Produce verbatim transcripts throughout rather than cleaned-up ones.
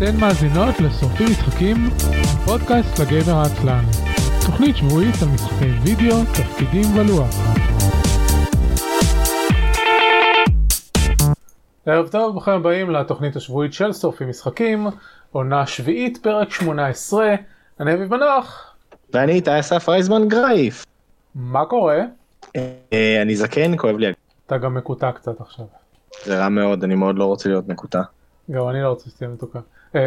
אתן מאזינות לשורפים משחקים, פודקאסט לגבר העצלן. תוכנית שבועית על משחקי וידאו, תפקידים ולוח. ערב טוב, ברוכים הבאים לתוכנית השבועית של שורפים משחקים, עונה שביעית, פרק שמונה עשרה. אני אביב מנוח. ואני איתי אסף רייזמן גרייף. מה קורה? אני זקן, כואב לי. אתה גם מקוטע קצת עכשיו. זה רע מאוד, אני מאוד לא רוצה להיות מקוטע. גם אני לא רוצה שתהיה מתוקה.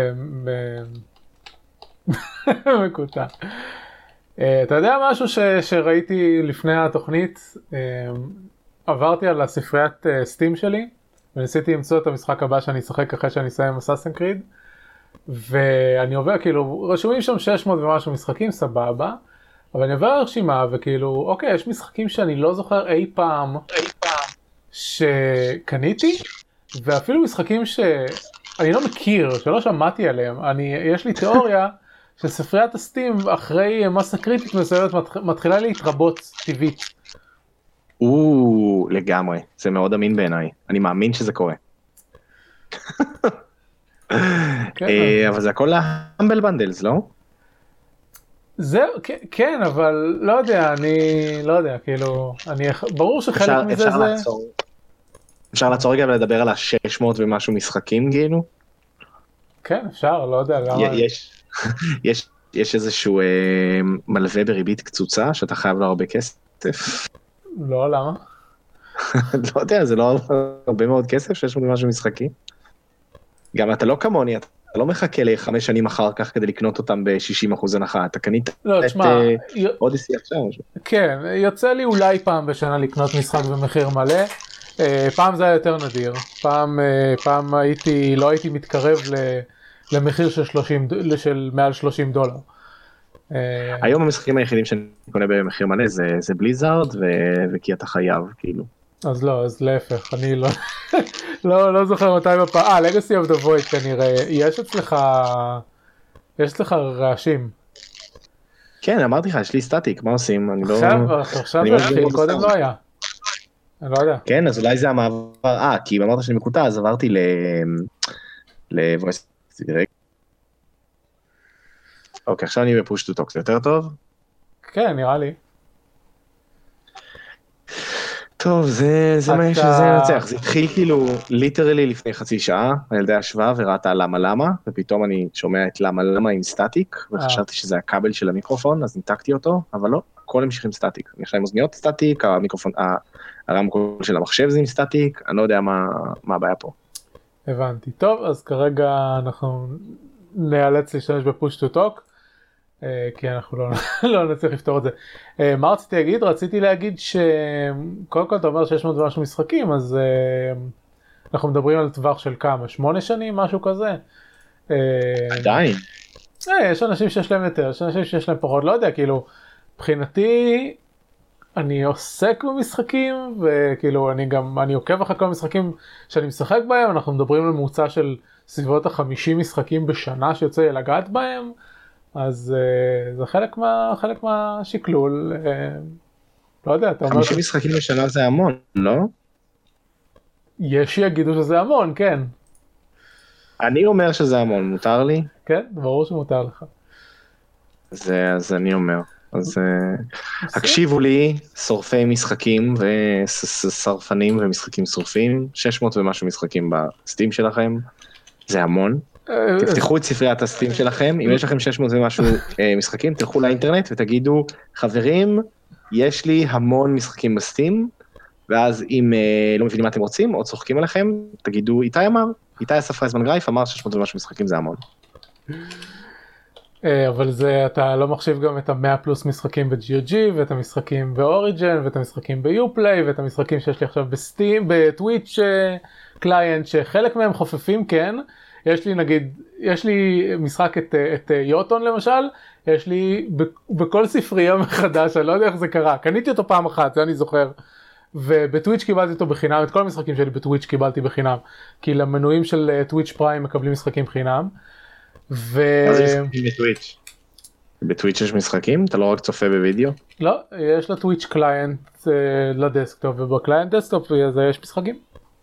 מקוטע. אתה יודע משהו שראיתי לפני התוכנית? עברתי על הספריית סטים שלי, וניסיתי למצוא את המשחק הבא שאני אשחק אחרי שאני אסיים אסאסינס קריד, ואני עובר, כאילו, רשומים שם שש מאות ומשהו משחקים, סבבה, אבל אני עובר על הרשימה, וכאילו, אוקיי, יש משחקים שאני לא זוכר אי פעם, אי פעם, שקניתי, ואפילו משחקים שאני לא מכיר, שלא שמעתי עליהם. אני, יש לי תיאוריה שספריית הסטים אחרי מסה קריטית מסוימת מתחילה להתרבות טבעית. או, לגמרי, זה מאוד אמין בעיניי, אני מאמין שזה קורה. אבל זה הכל להמבל בנדלס, לא? זה, כן, אבל לא יודע, אני לא יודע, כאילו, אני, ברור שחלק מזה זה... אפשר לעצור רגע ולדבר על ה-שש מאות ומשהו משחקים, כאילו? כן, אפשר, לא יודע למה... יש, יש, יש איזשהו אה, מלווה בריבית קצוצה, שאתה חייב לו הרבה כסף. לא, למה? לא יודע, זה לא הרבה מאוד כסף, שש מאות ומשהו משחקים. גם אתה לא כמוני, אתה לא מחכה לחמש שנים אחר כך כדי לקנות אותם ב-שישים אחוז הנחה, אתה קנית לא, את תשמע, אודיסי עכשיו. כן, יוצא לי אולי פעם בשנה לקנות משחק במחיר מלא, פעם זה היה יותר נדיר, פעם, פעם הייתי, לא הייתי מתקרב למחיר של שלושים, של מעל שלושים דולר. היום המשחקים היחידים שאני קונה במחיר מלא זה, זה בליזארד, ו... וכי אתה חייב, כאילו. אז לא, אז להפך, אני לא, לא, לא זוכר מתי בפעם, אה, Legacy of the Void כנראה, יש אצלך, יש אצלך רעשים. כן, אמרתי לך, יש לי סטטיק, מה עושים? אני לא... עכשיו, עכשיו זה התחיל, קודם לא היה. אני לא יודע. כן, אז אולי זה המעבר, אה, כי אמרת שאני מקוטע, אז עברתי ל... ל-voice direct. אוקיי, עכשיו אני בפוש טו טוק, זה יותר טוב? כן, נראה לי. טוב, זה, זה מה שזה ינצח, זה התחיל כאילו ליטרלי לפני חצי שעה, הילדה ישבה וראתה למה למה, ופתאום אני שומע את למה למה עם סטטיק, וחשבתי שזה הקבל של המיקרופון, אז ניתקתי אותו, אבל לא, הכל המשיך עם סטטיק. אני חושב עם אוזניות סטטיק, המיקרופון, הרמקול של המחשב זה עם סטטיק, אני לא יודע מה, מה הבעיה פה. הבנתי. טוב, אז כרגע אנחנו נאלץ להשתמש בפוש טו טוק, כי אנחנו לא, לא נצליח לפתור את זה. מה רציתי להגיד? רציתי להגיד שקודם כל אתה אומר שיש מאוד משהו משחקים, אז אנחנו מדברים על טווח של כמה? שמונה שנים? משהו כזה? עדיין. יש אנשים שיש להם יותר, יש אנשים שיש להם פחות, לא יודע, כאילו, מבחינתי, אני עוסק במשחקים, וכאילו, אני גם, אני עוקב אחרי כל המשחקים שאני משחק בהם, אנחנו מדברים על ממוצע של סביבות ה-חמישים משחקים בשנה שיוצא לי לגעת בהם, אז uh, זה חלק מה, חלק מהשקלול, uh, לא יודע, אתה אומר... חמישים משחקים בשנה זה המון, לא? יש שיגידו שזה המון, כן. אני אומר שזה המון, מותר לי? כן, ברור שמותר לך. זה, אז אני אומר. אז uh, הקשיבו לי, שורפי משחקים ושרפנים ומשחקים שורפים, שש מאות ומשהו משחקים בסטים שלכם, זה המון. תפתחו את ספריית הסטים שלכם, אם יש לכם שש מאות ומשהו משחקים, תלכו לאינטרנט ותגידו, חברים, יש לי המון משחקים בסטים, ואז אם לא מבינים מה אתם רוצים, או צוחקים עליכם, תגידו, איתי אמר, איתי אסף רייזמן גרייף, אמר שש מאות ומשהו משחקים זה המון. אבל זה, אתה לא מחשיב גם את ה-מאה פלוס משחקים ב-ג'י או ג'י, ואת המשחקים ב-Origin, ואת המשחקים ב-Uplay, ואת המשחקים שיש לי עכשיו בסטים, בטוויץ' קליינט, שחלק מהם חופפים, כן, יש לי נגיד, יש לי משחק את, את יוטון למשל, יש לי בכל ספרייה מחדש, אני לא יודע איך זה קרה, קניתי אותו פעם אחת, זה אני זוכר, ובטוויץ' קיבלתי אותו בחינם, את כל המשחקים שלי בטוויץ' קיבלתי בחינם, כי למנויים של טוויץ' פריים מקבלים משחקים בחינם, ו... מה זה משחקים בטוויץ'? בטוויץ' יש משחקים? אתה לא רק צופה בווידאו? לא, יש לטוויץ' קליינט לדסקטופ, ובקליינט דסקטופ יש משחקים.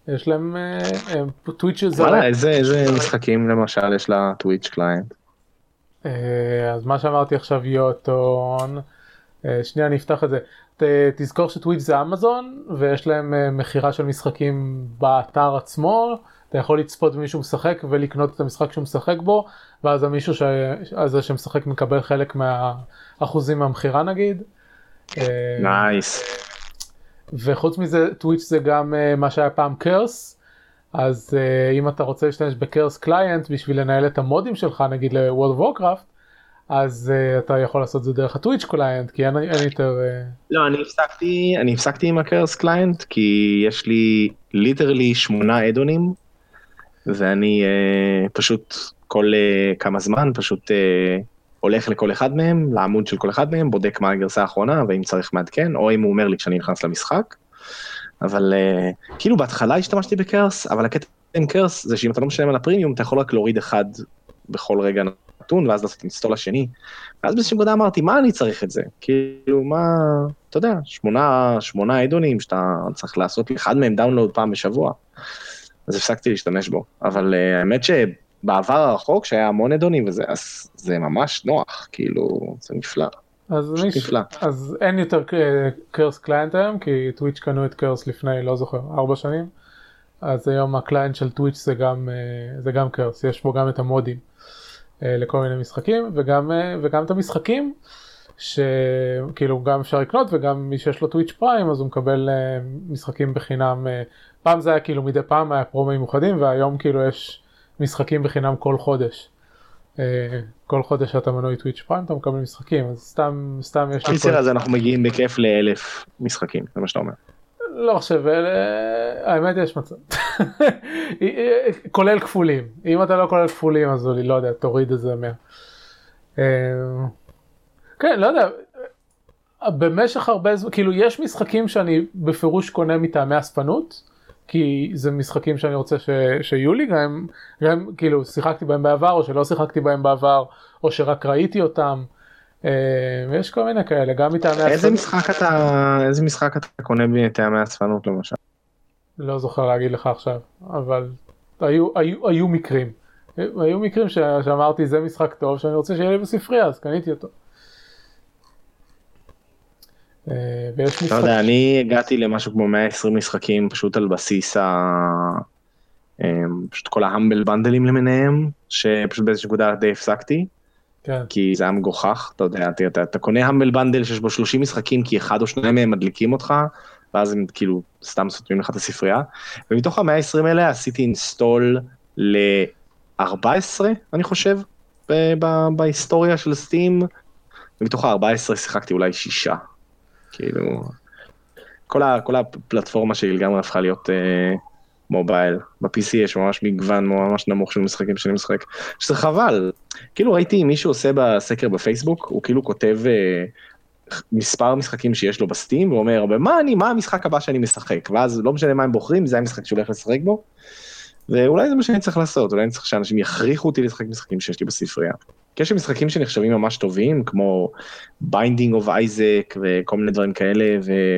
יש להם טוויץ' זה... וואלה, איזה משחקים למשל יש לה טוויץ' קליינט? אז מה שאמרתי עכשיו יוטון, שנייה אני אפתח את זה, תזכור שטוויץ' זה אמזון ויש להם מחירה של משחקים באתר עצמו, אתה יכול לצפות במישהו משחק ולקנות את המשחק שהוא משחק בו, ואז המישהו ש... אז שמשחק מקבל חלק מהאחוזים מהמחירה נגיד. נייס. וחוץ מזה טוויץ' זה גם מה שהיה פעם קרס, אז אם אתה רוצה להשתמש בקרס קליינט בשביל לנהל את המודים שלך נגיד ל-World of Warcraft, אז uh, אתה יכול לעשות זה דרך הטוויץ' קליינט, כי אין, אין יותר... Uh... לא, אני הפסקתי, אני הפסקתי עם הקרס קליינט, כי יש לי ליטרלי שמונה אדונים, ואני uh, פשוט כל uh, כמה זמן פשוט uh, הולך לכל אחד מהם, לעמוד של כל אחד מהם, בודק מה הגרסה האחרונה, ואם צריך מעדכן, או אם הוא אומר לי כשאני נכנס למשחק, אבל uh, כאילו בהתחלה השתמשתי בקרס, אבל הקטע עם קרס זה שאם אתה לא משלם על הפרימיום, אתה יכול רק להוריד אחד בכל רגע נתון, ואז לעשות אינסטול השני. ואז באיזושהי נקודה אמרתי, מה אני צריך את זה? כאילו, מה, אתה יודע, שמונה, שמונה אדונים שאתה צריך לעשות אחד מהם דאונלוד פעם בשבוע. אז הפסקתי להשתמש בו. אבל uh, האמת שבעבר הרחוק, שהיה המון אדונים וזה, אז זה ממש נוח, כאילו, זה נפלא. אז, נפלא. אז אין יותר קרס קליינט היום, כי טוויץ' קנו את קרס לפני, לא זוכר, ארבע שנים. אז היום הקליינט של טוויץ' זה גם, זה גם קרס, יש בו גם את המודים לכל מיני משחקים, וגם, וגם את המשחקים, שכאילו גם אפשר לקנות, וגם מי שיש לו טוויץ' פריים, אז הוא מקבל משחקים בחינם. פעם זה היה כאילו מדי פעם היה פרומים מיוחדים, והיום כאילו יש משחקים בחינם כל חודש. כל חודש שאתה מנוי טוויץ' פריים, אתה מקבל משחקים, אז סתם, סתם יש... קיצר, אז אנחנו מגיעים בכיף לאלף משחקים, זה מה שאתה אומר. לא חושב, האמת יש מצב. כולל כפולים. אם אתה לא כולל כפולים, אז אני לא יודע, תוריד את זה מה. כן, לא יודע, במשך הרבה זמן, כאילו יש משחקים שאני בפירוש קונה מטעמי אספנות, כי זה משחקים שאני רוצה ש... שיהיו לי, גם, גם כאילו שיחקתי בהם בעבר, או שלא שיחקתי בהם בעבר, או שרק ראיתי אותם. יש כל מיני כאלה, גם מטעמי אספנות. איזה משחק אתה, איזה משחק אתה קונה מטעמי אספנות למשל? לא זוכר להגיד לך עכשיו, אבל היו, היו, היו מקרים. היו מקרים ש... שאמרתי זה משחק טוב, שאני רוצה שיהיה לי בספרייה, אז קניתי אותו. אתה יודע, אני הגעתי למשהו כמו מאה ועשרים משחקים פשוט על בסיס ה... פשוט כל ההמבל בנדלים למיניהם, שפשוט באיזושהי נקודה די הפסקתי, כי זה היה מגוחך, אתה יודע, אתה קונה המבל בנדל שיש בו שלושים משחקים, כי אחד או שניים מהם מדליקים אותך, ואז הם כאילו סתם סותמים לך את הספרייה, ומתוך ה-מאה ועשרים האלה עשיתי אינסטול ל-ארבע עשרה, אני חושב, בהיסטוריה של סטים, ומתוך ה-ארבע עשרה שיחקתי אולי שישה. כאילו, כל, ה, כל הפלטפורמה שלי לגמרי הפכה להיות אה, מובייל. ב-פי סי יש ממש מגוון ממש נמוך של משחקים שאני משחק, שזה חבל. כאילו ראיתי מישהו עושה בסקר בפייסבוק, הוא כאילו כותב אה, מספר משחקים שיש לו בסטים, ואומר, מה אני, מה המשחק הבא שאני משחק? ואז לא משנה מה הם בוחרים, זה המשחק שהולך לשחק בו, ואולי זה מה שאני צריך לעשות, אולי אני צריך שאנשים יכריחו אותי לשחק משחקים שיש לי בספרייה. כי יש משחקים שנחשבים ממש טובים, כמו Binding of Isaac וכל מיני דברים כאלה,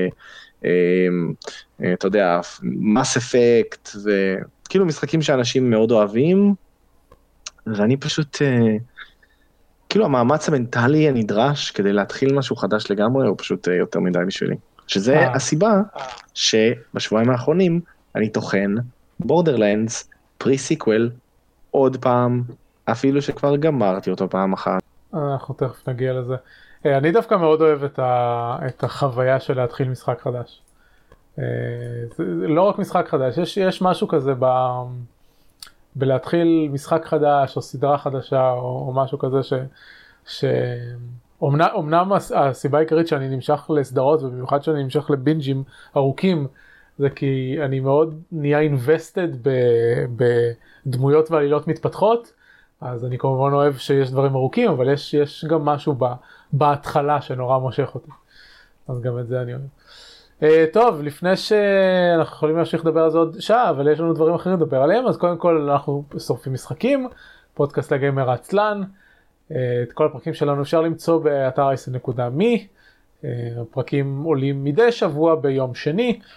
ואתה יודע, Mass Effect, וכאילו משחקים שאנשים מאוד אוהבים, ואני פשוט, כאילו המאמץ המנטלי הנדרש כדי להתחיל משהו חדש לגמרי, הוא פשוט יותר מדי בשבילי. שזה הסיבה שבשבועיים האחרונים אני תוכן Borderlands, פרי-סיקוול, עוד פעם, אפילו שכבר גמרתי אותו פעם אחת. אנחנו תכף נגיע לזה. אני דווקא מאוד אוהב את, ה... את החוויה של להתחיל משחק חדש. זה לא רק משחק חדש, יש, יש משהו כזה ב... בלהתחיל משחק חדש או סדרה חדשה או, או משהו כזה ש... ש... אומנם, אומנם הסיבה העיקרית שאני נמשך לסדרות ובמיוחד שאני נמשך לבינג'ים ארוכים, זה כי אני מאוד נהיה invested בדמויות ועלילות מתפתחות, אז אני כמובן אוהב שיש דברים ארוכים, אבל יש, יש גם משהו ב, בהתחלה שנורא מושך אותי. אז גם את זה אני אוהב. Uh, טוב, לפני שאנחנו יכולים להמשיך לדבר על זה עוד שעה, אבל יש לנו דברים אחרים לדבר עליהם, אז קודם כל אנחנו שורפים משחקים, פודקאסט לגיימר העצלן, uh, את כל הפרקים שלנו אפשר למצוא באתר אייסן נקודה מי, uh, הפרקים עולים מדי שבוע ביום שני,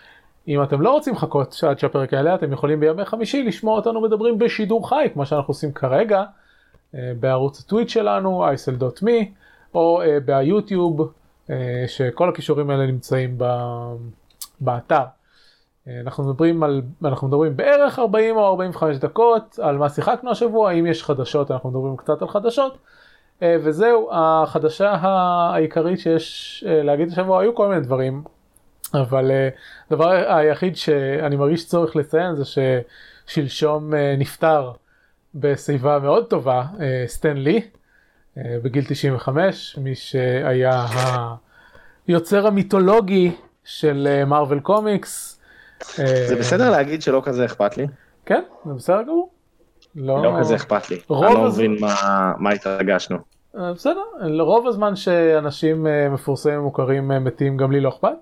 אם אתם לא רוצים לחכות עד שהפרק יעלה, אתם יכולים בימי חמישי לשמוע אותנו מדברים בשידור חי, כמו שאנחנו עושים כרגע, בערוץ הטוויט שלנו, אייסל דוט מי, או ביוטיוב, שכל הכישורים האלה נמצאים באתר. אנחנו מדברים על, אנחנו מדברים בערך ארבעים או ארבעים וחמש דקות על מה שיחקנו השבוע, אם יש חדשות, אנחנו מדברים קצת על חדשות, וזהו, החדשה העיקרית שיש להגיד השבוע, היו כל מיני דברים, אבל הדבר היחיד שאני מרגיש צורך לציין זה ששלשום נפטר בשיבה מאוד טובה, סטן לי, בגיל תשעים וחמש, מי שהיה היוצר המיתולוגי של מרוול קומיקס. זה בסדר להגיד שלא כזה אכפת לי? כן, זה בסדר גמור. לא כזה אכפת לי, אני לא מבין מה התרגשנו. בסדר, לרוב הזמן שאנשים מפורסמים ומוכרים מתים, גם לי לא אכפת.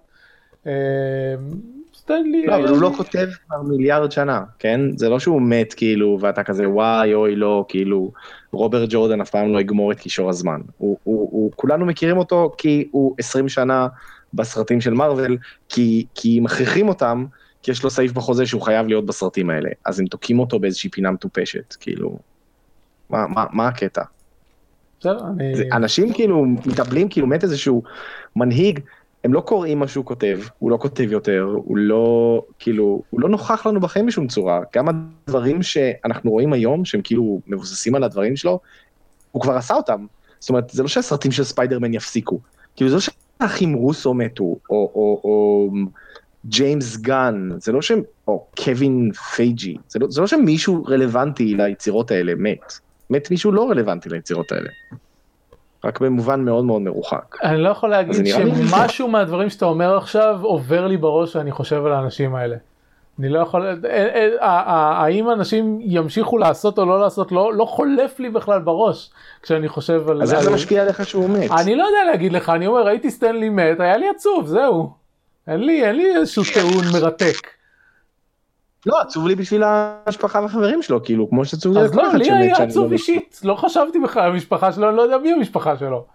לא, אבל הוא לא כותב כבר מיליארד שנה, כן? זה לא שהוא מת כאילו, ואתה כזה וואי אוי לא, כאילו רוברט ג'ורדן אף פעם לא יגמור את קישור הזמן. הוא, הוא, הוא, כולנו מכירים אותו כי הוא עשרים שנה בסרטים של מרוול, כי, כי מכריחים אותם, כי יש לו סעיף בחוזה שהוא חייב להיות בסרטים האלה, אז הם תוקעים אותו באיזושהי פינה מטופשת, כאילו, מה, מה, מה הקטע? בסדר, אני... זה, אנשים כאילו מתאבלים, כאילו מת איזשהו מנהיג, הם לא קוראים מה שהוא כותב, הוא לא כותב יותר, הוא לא, כאילו, הוא לא נוכח לנו בחיים בשום צורה, גם הדברים שאנחנו רואים היום, שהם כאילו מבוססים על הדברים שלו, הוא כבר עשה אותם, זאת אומרת, זה לא שהסרטים של ספיידרמן יפסיקו, כאילו זה לא שהאחים רוסו מתו, או, או, או ג'יימס גן, זה לא שהם, או קווין פייג'י, זה לא, זה לא שמישהו רלוונטי ליצירות האלה מת, מת מישהו לא רלוונטי ליצירות האלה. רק במובן מאוד מאוד מרוחק. אני לא יכול להגיד שמשהו מהדברים שאתה אומר עכשיו עובר לי בראש שאני חושב על האנשים האלה. אני לא יכול, האם אנשים ימשיכו לעשות או לא לעשות, לא חולף לי בכלל בראש כשאני חושב על... אז איך זה משפיע עליך שהוא מת? אני לא יודע להגיד לך, אני אומר, ראיתי סטן לי מת, היה לי עצוב, זהו. אין לי, אין לי איזשהו טיעון מרתק. לא, עצוב לי בשביל המשפחה והחברים שלו, כאילו, כמו שעצוב לי... אז לא, לי היה עצוב אישית, לא חשבתי בכלל על המשפחה שלו, אני לא יודע מי המשפחה שלו.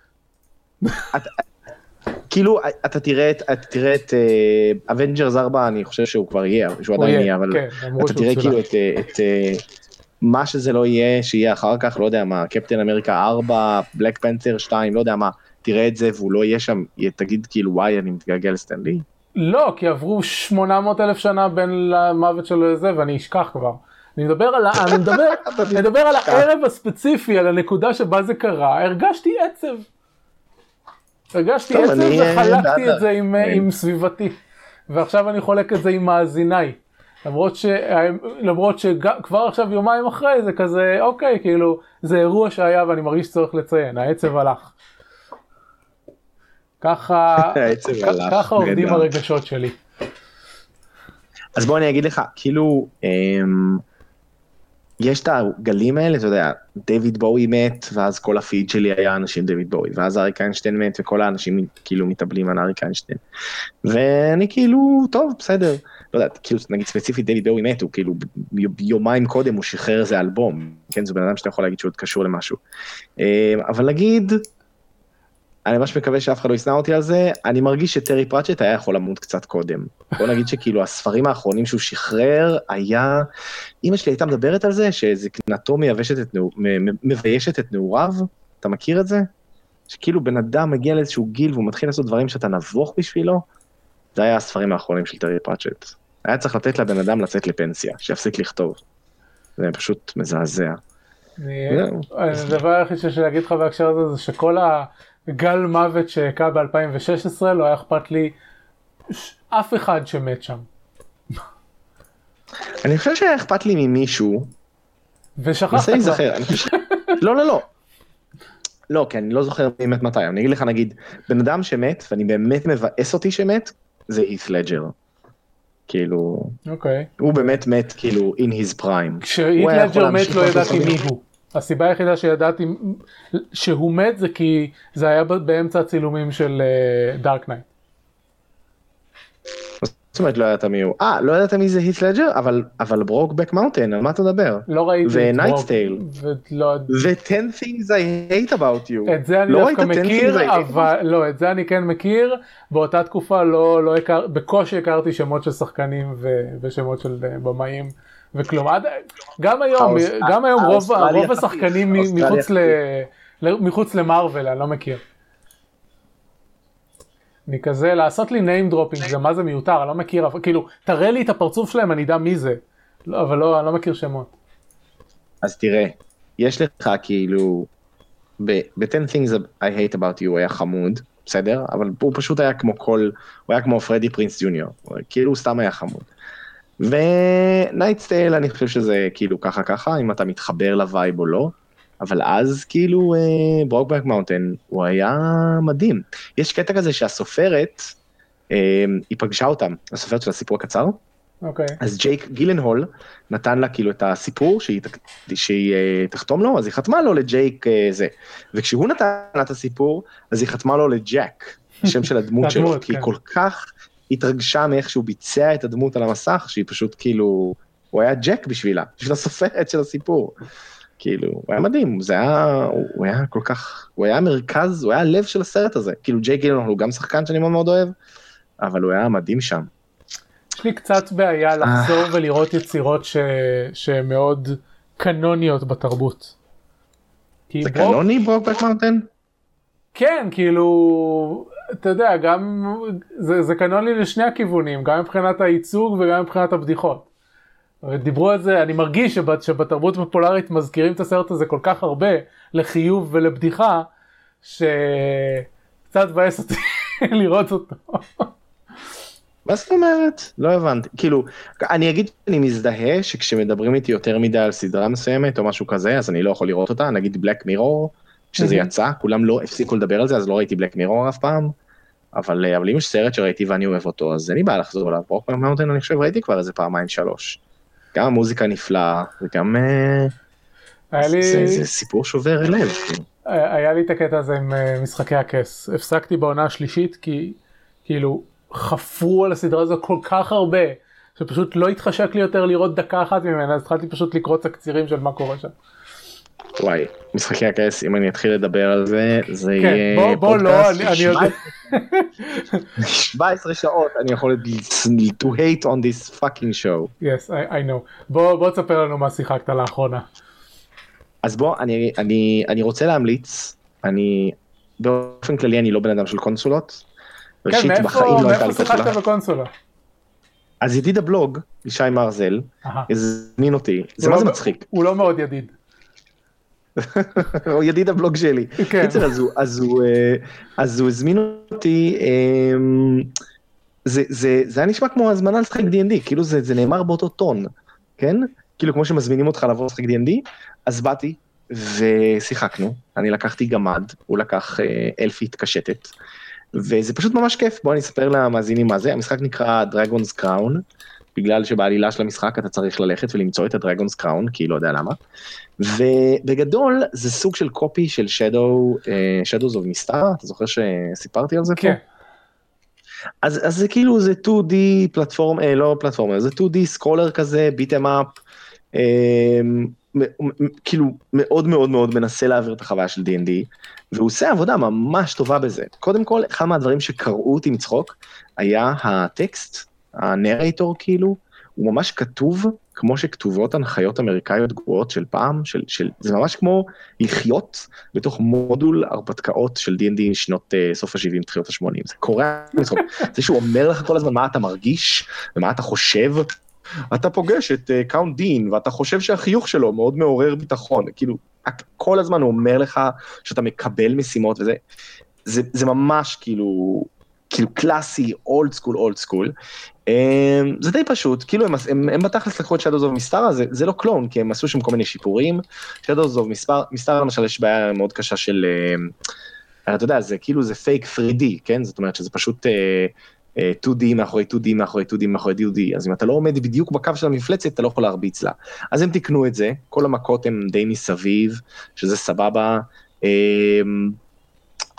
כאילו, אתה תראה את, אתה תראה את אבנג'רס ארבע, אני חושב שהוא כבר יהיה, שהוא עדיין יהיה, אבל אתה תראה כאילו את מה שזה לא יהיה, שיהיה אחר כך, לא יודע מה, קפטן אמריקה ארבע, בלק פנתר שתיים, לא יודע מה, תראה את זה והוא לא יהיה שם, תגיד כאילו, וואי, אני מתגעגע לסטן לי. לא, כי עברו שמונה מאות אלף שנה בין למוות שלו לזה, ואני אשכח כבר. אני מדבר על, אני מדבר, אני מדבר על הערב הספציפי, על הנקודה שבה זה קרה, הרגשתי עצב. הרגשתי עצב וחלקתי את זה עם, עם סביבתי. ועכשיו אני חולק את זה עם מאזיניי. למרות ש, למרות שכבר עכשיו יומיים אחרי זה כזה, אוקיי, כאילו, זה אירוע שהיה ואני מרגיש צורך לציין, העצב הלך. ככה, ככה עובדים הרגשות שלי. אז בוא אני אגיד לך, כאילו, יש את הגלים האלה, אתה יודע, דיוויד בואי מת, ואז כל הפיד שלי היה אנשים דיוויד בואי, ואז אריק איינשטיין מת, וכל האנשים כאילו מתאבלים על אריק איינשטיין. ואני כאילו, טוב, בסדר. לא יודע, כאילו, נגיד ספציפית דיוויד בואי מת, הוא כאילו, יומיים קודם הוא שחרר איזה אלבום, כן, זה בן אדם שאתה יכול להגיד שהוא עוד קשור למשהו. אבל נגיד, אני ממש מקווה שאף אחד לא ישנא אותי על זה, אני מרגיש שטרי פרצ'ט היה יכול למות קצת קודם. בוא נגיד שכאילו הספרים האחרונים שהוא שחרר היה, אמא שלי הייתה מדברת על זה, שזקנתו מביישת את נעוריו, אתה מכיר את זה? שכאילו בן אדם מגיע לאיזשהו גיל והוא מתחיל לעשות דברים שאתה נבוך בשבילו, זה היה הספרים האחרונים של טרי פרצ'ט. היה צריך לתת לבן אדם לצאת לפנסיה, שיפסיק לכתוב. זה פשוט מזעזע. הדבר היחיד שיש להגיד לך בהקשר הזה, זה שכל ה... גל מוות שהקע ב-אלפיים ושש עשרה, לא היה אכפת לי אף אחד שמת שם. אני חושב שהיה אכפת לי ממישהו, ושכחת כבר. לא, לא, לא. לא, כי אני לא זוכר מי מת מתי. אני אגיד לך, נגיד, בן אדם שמת, ואני באמת מבאס אותי שמת, זה הית' לג'ר. כאילו, הוא באמת מת, כאילו, in his prime. כשהית' לג'ר מת לא ידעתי מי הוא. הסיבה היחידה שידעתי שהוא מת זה כי זה היה באמצע הצילומים של דארק נייט. זאת אומרת לא ידעת מי הוא, אה לא ידעת מי זה הית' לג'ר, אבל אבל ברוקבק מאונטן, על מה אתה מדבר? לא ראיתי את ו-Night's Tale, ו-ten things I hate about you, את זה אני דווקא מכיר, אבל לא, את זה אני כן מכיר, באותה תקופה לא, לא הכר, בקושי הכרתי שמות של שחקנים ושמות של במאים וכלום, גם היום, גם היום רוב, רוב השחקנים מחוץ ל, מחוץ למרוול, אני לא מכיר. אני כזה, לעשות לי name dropping, זה מה זה מיותר, אני לא מכיר, כאילו, תראה לי את הפרצוף שלהם, אני יודע מי זה, לא, אבל לא, אני לא מכיר שמות. אז תראה, יש לך כאילו, ב-ten things I hate about you הוא היה חמוד, בסדר? אבל הוא פשוט היה כמו כל, הוא היה כמו פרדי פרינס ג'וניור, כאילו הוא סתם היה חמוד. ו-Night's Tale אני חושב שזה כאילו ככה ככה, אם אתה מתחבר לווייב או לא, אבל אז כאילו ברוקבק מאונטן הוא היה מדהים. יש קטע כזה שהסופרת, היא פגשה אותם, הסופרת של הסיפור הקצר, אוקיי. אז ג'ייק גילנהול נתן לה כאילו את הסיפור שהיא, שהיא תחתום לו, אז היא חתמה לו לג'ייק זה, וכשהוא נתן לה את הסיפור, אז היא חתמה לו לג'ק, השם של הדמות שלו, כי היא כל כך התרגשה מאיך שהוא ביצע את הדמות על המסך, שהיא פשוט כאילו, הוא היה ג'ק בשבילה, בשביל הסופרת של הסיפור. כאילו, הוא היה מדהים, זה היה, הוא היה כל כך, הוא היה מרכז, הוא היה הלב של הסרט הזה, כאילו ג'ייק גילנהול הוא גם שחקן שאני מאוד מאוד אוהב, אבל הוא היה מדהים שם. יש לי קצת בעיה לחזור ולראות יצירות שהן מאוד קנוניות בתרבות. זה קנוני ברוקבק מאונטן? כן, כאילו, אתה יודע, גם, זה קנוני לשני הכיוונים, גם מבחינת הייצוג וגם מבחינת הבדיחות. דיברו על זה, אני מרגיש שבתרבות פופולרית מזכירים את הסרט הזה כל כך הרבה לחיוב ולבדיחה, שקצת מבאס אותי לראות אותו. מה זאת אומרת? לא הבנתי. כאילו, אני אגיד שאני מזדהה שכשמדברים איתי יותר מדי על סדרה מסוימת או משהו כזה, אז אני לא יכול לראות אותה. נגיד בלק מירור, כשזה יצא, כולם לא הפסיקו לדבר על זה, אז לא ראיתי בלק מירור אף פעם. אבל, אבל אם יש סרט שראיתי ואני אוהב אותו, אז אני בא לחזור עליו. ברוקבק מאונטן, אני חושב, ראיתי כבר איזה פעמיים שלוש. גם המוזיקה נפלאה, וגם... לי... זה, זה סיפור שובר לב. היה לי את הקטע הזה עם משחקי הכס. הפסקתי בעונה השלישית, כי כאילו חפרו על הסדרה הזו כל כך הרבה, שפשוט לא התחשק לי יותר לראות דקה אחת ממנה, אז התחלתי פשוט לקרוא תקצירים של מה קורה שם. וואי, משחקי הכס, אם אני אתחיל לדבר על זה, זה כן, יהיה בוא, בוא לא, אני, אני יודע. שבע עשרה שעות אני יכול to hate on this fucking show. Yes, I, I know. בוא, בוא תספר לנו מה שיחקת לאחרונה. אז בוא, אני, אני, אני רוצה להמליץ, אני, באופן כללי אני לא בן אדם של קונסולות. כן, מאיפה, מאיפה שיחקת בקונסולה? אז ידיד הבלוג, ישי מרזל, הזמין אותי, זה מה זה מצחיק. הוא לא מאוד ידיד. הוא ידיד הבלוג שלי. קיצר, אז הוא, אז הוא, אז הוא הזמין אותי, זה, זה, זה היה נשמע כמו הזמנה לשחק די אנד די, כאילו זה, זה נאמר באותו טון, כן? כאילו כמו שמזמינים אותך לבוא לשחק די אנד די, אז באתי ושיחקנו, אני לקחתי גמד, הוא לקח אלפית קשטת, וזה פשוט ממש כיף, בואו אני אספר למאזינים מה זה, המשחק נקרא Dragon's Crown, בגלל שבעלילה של המשחק אתה צריך ללכת ולמצוא את הדרגונס קראון, כי לא יודע למה, ובגדול זה סוג של קופי של Shadow, Shadows of Mystara, אתה זוכר שסיפרתי על זה פה? כן. אז, אז זה כאילו זה טו די פלטפורם, אה, לא פלטפורמה, זה טו די סקרולר כזה, ביטם אפ, אה, כאילו מאוד מאוד מאוד מנסה להעביר את החוויה של די אנד די, והוא עושה עבודה ממש טובה בזה. קודם כל, אחד מהדברים שקראו אותי מצחוק, היה הטקסט, הנרייטור כאילו, הוא ממש כתוב כמו שכתובות הנחיות אמריקאיות גרועות של פעם, של, של, זה ממש כמו לחיות בתוך מודול הרפתקאות של די אנד די שנות uh, סוף ה-שבעים, תחילת ה-שמונים, זה קורה מצחוק, זה שהוא אומר לך כל הזמן מה אתה מרגיש, ומה אתה חושב, אתה פוגש את uh, קאונט דין, ואתה חושב שהחיוך שלו מאוד מעורר ביטחון, כאילו, כל הזמן הוא אומר לך שאתה מקבל משימות וזה, זה, זה ממש כאילו, כאילו קלאסי, אולד סקול, אולד סקול, זה די פשוט, כאילו הם, הם, הם בתכלס לקחו את Shadows of Mystara, זה, זה לא קלון, כי הם עשו שם כל מיני שיפורים, Shadows of Mystara, למשל יש בעיה מאוד קשה של, אתה יודע, זה כאילו זה פייק תרי די, כן? זאת אומרת שזה פשוט טו די מאחורי טו די מאחורי טו די מאחורי טו די, אז אם אתה לא עומד בדיוק בקו של המפלצת, אתה לא יכול להרביץ לה. אז הם תקנו את זה, כל המכות הם די מסביב, שזה סבבה,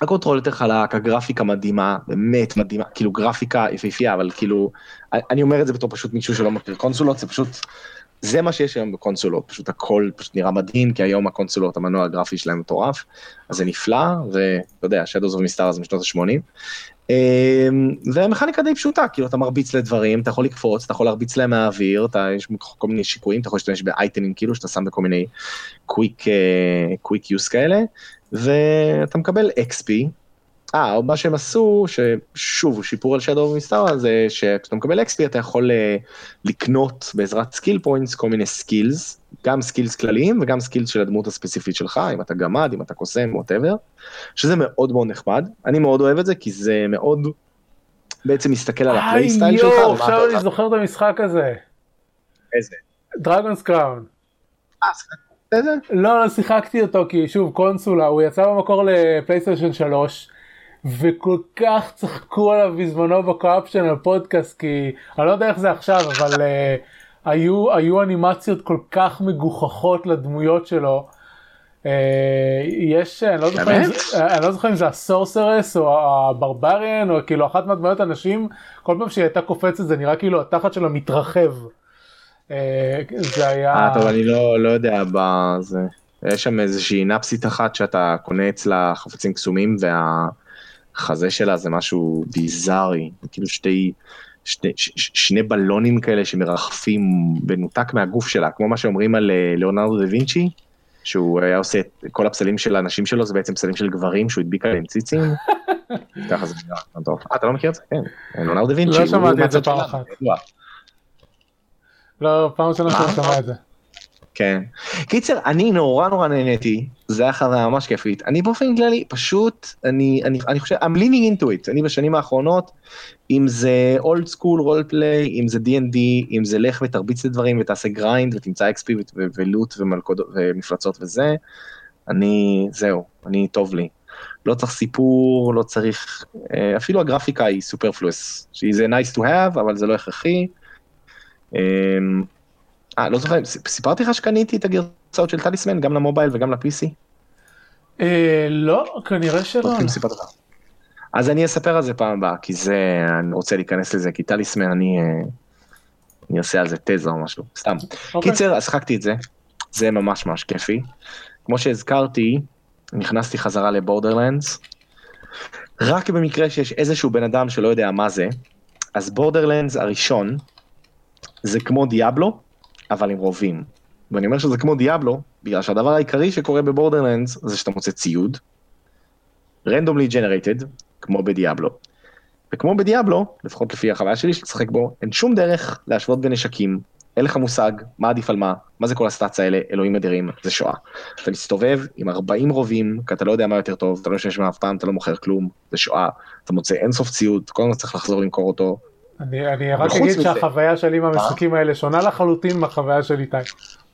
הקונטרול יותר חלק, הגרפיקה מדהימה, באמת מדהימה, כאילו גרפיקה יפהפייה, אבל כאילו, אני אומר את זה בתור פשוט מישהו שלא מכיר קונסולות, זה פשוט, זה מה שיש היום בקונסולות, פשוט הכל פשוט נראה מדהים, כי היום הקונסולות, המנוע הגרפי שלהם מטורף, אז זה נפלא, ואתה יודע, Shadows of Mystara זה משנות ה-שמונים, והמכניקה די פשוטה, כאילו אתה מרביץ לדברים, אתה יכול לקפוץ, אתה יכול להרביץ להם מהאוויר, יש כל מיני שיקויים, אתה יכול להשתמש באייטמים כאילו, שאתה שם בכל מיני קוויק, קוויק יוס כאלה, ואתה מקבל אקס פי, אה, או מה שהם עשו, ששוב, שיפור על Shadow of Mystara, זה שאתה מקבל אקס פי, אתה יכול לקנות בעזרת סקיל פוינטס, כל מיני סקילס, גם סקילס כלליים, וגם סקילס של הדמות הספציפית שלך, אם אתה גמד, אם אתה קוסם, whatever, שזה מאוד מאוד נחמד, אני מאוד אוהב את זה, כי זה מאוד, בעצם מסתכל על הפלייסטייל שלך. יואו, עכשיו אני זוכר את המשחק הזה. איזה? Dragon's Crown. אה, איזה? לא, לא שיחקתי אותו, כי שוב, קונסולה, הוא יצא במקור לפלייסטיישן שלוש, וכל כך צחקו עליו בזמנו בקואפשן על פודקאסט, כי אני לא יודע איך זה עכשיו, אבל uh, היו, היו אנימציות כל כך מגוחכות לדמויות שלו. Uh, יש, אני לא זוכר אם זה, אני לא זוכר אם זה הסורסרס או הברבריאן, או כאילו אחת מהדמויות אנשים, כל פעם שהיא הייתה קופצת זה נראה כאילו התחת שלה מתרחב. Uh, זה היה... אה, טוב, אני לא, לא יודע, בזה. יש שם איזושהי נפסית אחת שאתה קונה אצלה חפצים קסומים, וה... החזה שלה זה משהו ביזארי, כאילו שתי, שני, ש, שני בלונים כאלה שמרחפים בנותק מהגוף שלה, כמו מה שאומרים על ליאונרדו דה וינצ'י, שהוא היה עושה את כל הפסלים של האנשים שלו, זה בעצם פסלים של גברים, שהוא הדביק עליהם ציצים, ככה זה נראה, טוב. אה, אתה לא מכיר את זה? כן, ליאונרדו דה וינצ'י. לא שמעתי את זה פעם אחת. לא, פעם ראשונה שאני שמע את זה. כן. קיצר, אני נורא נורא נהניתי, זה היה חוויה ממש כיפית. אני באופן כללי, פשוט, אני, אני, אני חושב, I'm leaning into it. אני בשנים האחרונות, אם זה old school role play, אם זה די אנד די, אם זה לך ותרביץ לדברים ותעשה גריינד ותמצא אקס פי ולוט ומפלצות וזה, אני, זהו, אני טוב לי. לא צריך סיפור, לא צריך, אפילו הגרפיקה היא סופרפלוס, שזה nice to have, אבל זה לא הכרחי. אה, לא זוכר, סיפרתי לך שקניתי את הגרסאות של טליסמן, גם למובייל וגם לפי סי? אה, לא, כנראה שלא. אז אני אספר על זה פעם הבאה, כי זה, אני רוצה להיכנס לזה, כי טליסמן, אני, אני אעשה על זה תזה או משהו, סתם. קיצר, אז שחקתי את זה, זה ממש ממש כיפי. כמו שהזכרתי, נכנסתי חזרה לבורדרלנדס, רק במקרה שיש איזשהו בן אדם שלא יודע מה זה, אז בורדרלנדס הראשון, זה כמו דיאבלו, אבל עם רובים. ואני אומר שזה כמו דיאבלו, בגלל שהדבר העיקרי שקורה בבורדרלנדס, זה שאתה מוצא ציוד, randomly generated, כמו בדיאבלו. וכמו בדיאבלו, לפחות לפי החוויה שלי שתשחק בו, אין שום דרך להשוות בנשקים, אין לך מושג, מה עדיף על מה, מה זה כל הסטאצ האלה, אלוהים אדירים, זה שואה. אתה מסתובב עם ארבעים רובים, כי אתה לא יודע מה יותר טוב, אתה לא יושב שם אף פעם, אתה לא מוכר כלום, זה שואה. אתה מוצא אינסוף ציוד, כל הזמן צריך לחזור למכור אותו. אני, אני רק אגיד שהחוויה שלי עם המשחקים האלה שונה לחלוטין מהחוויה של איתי.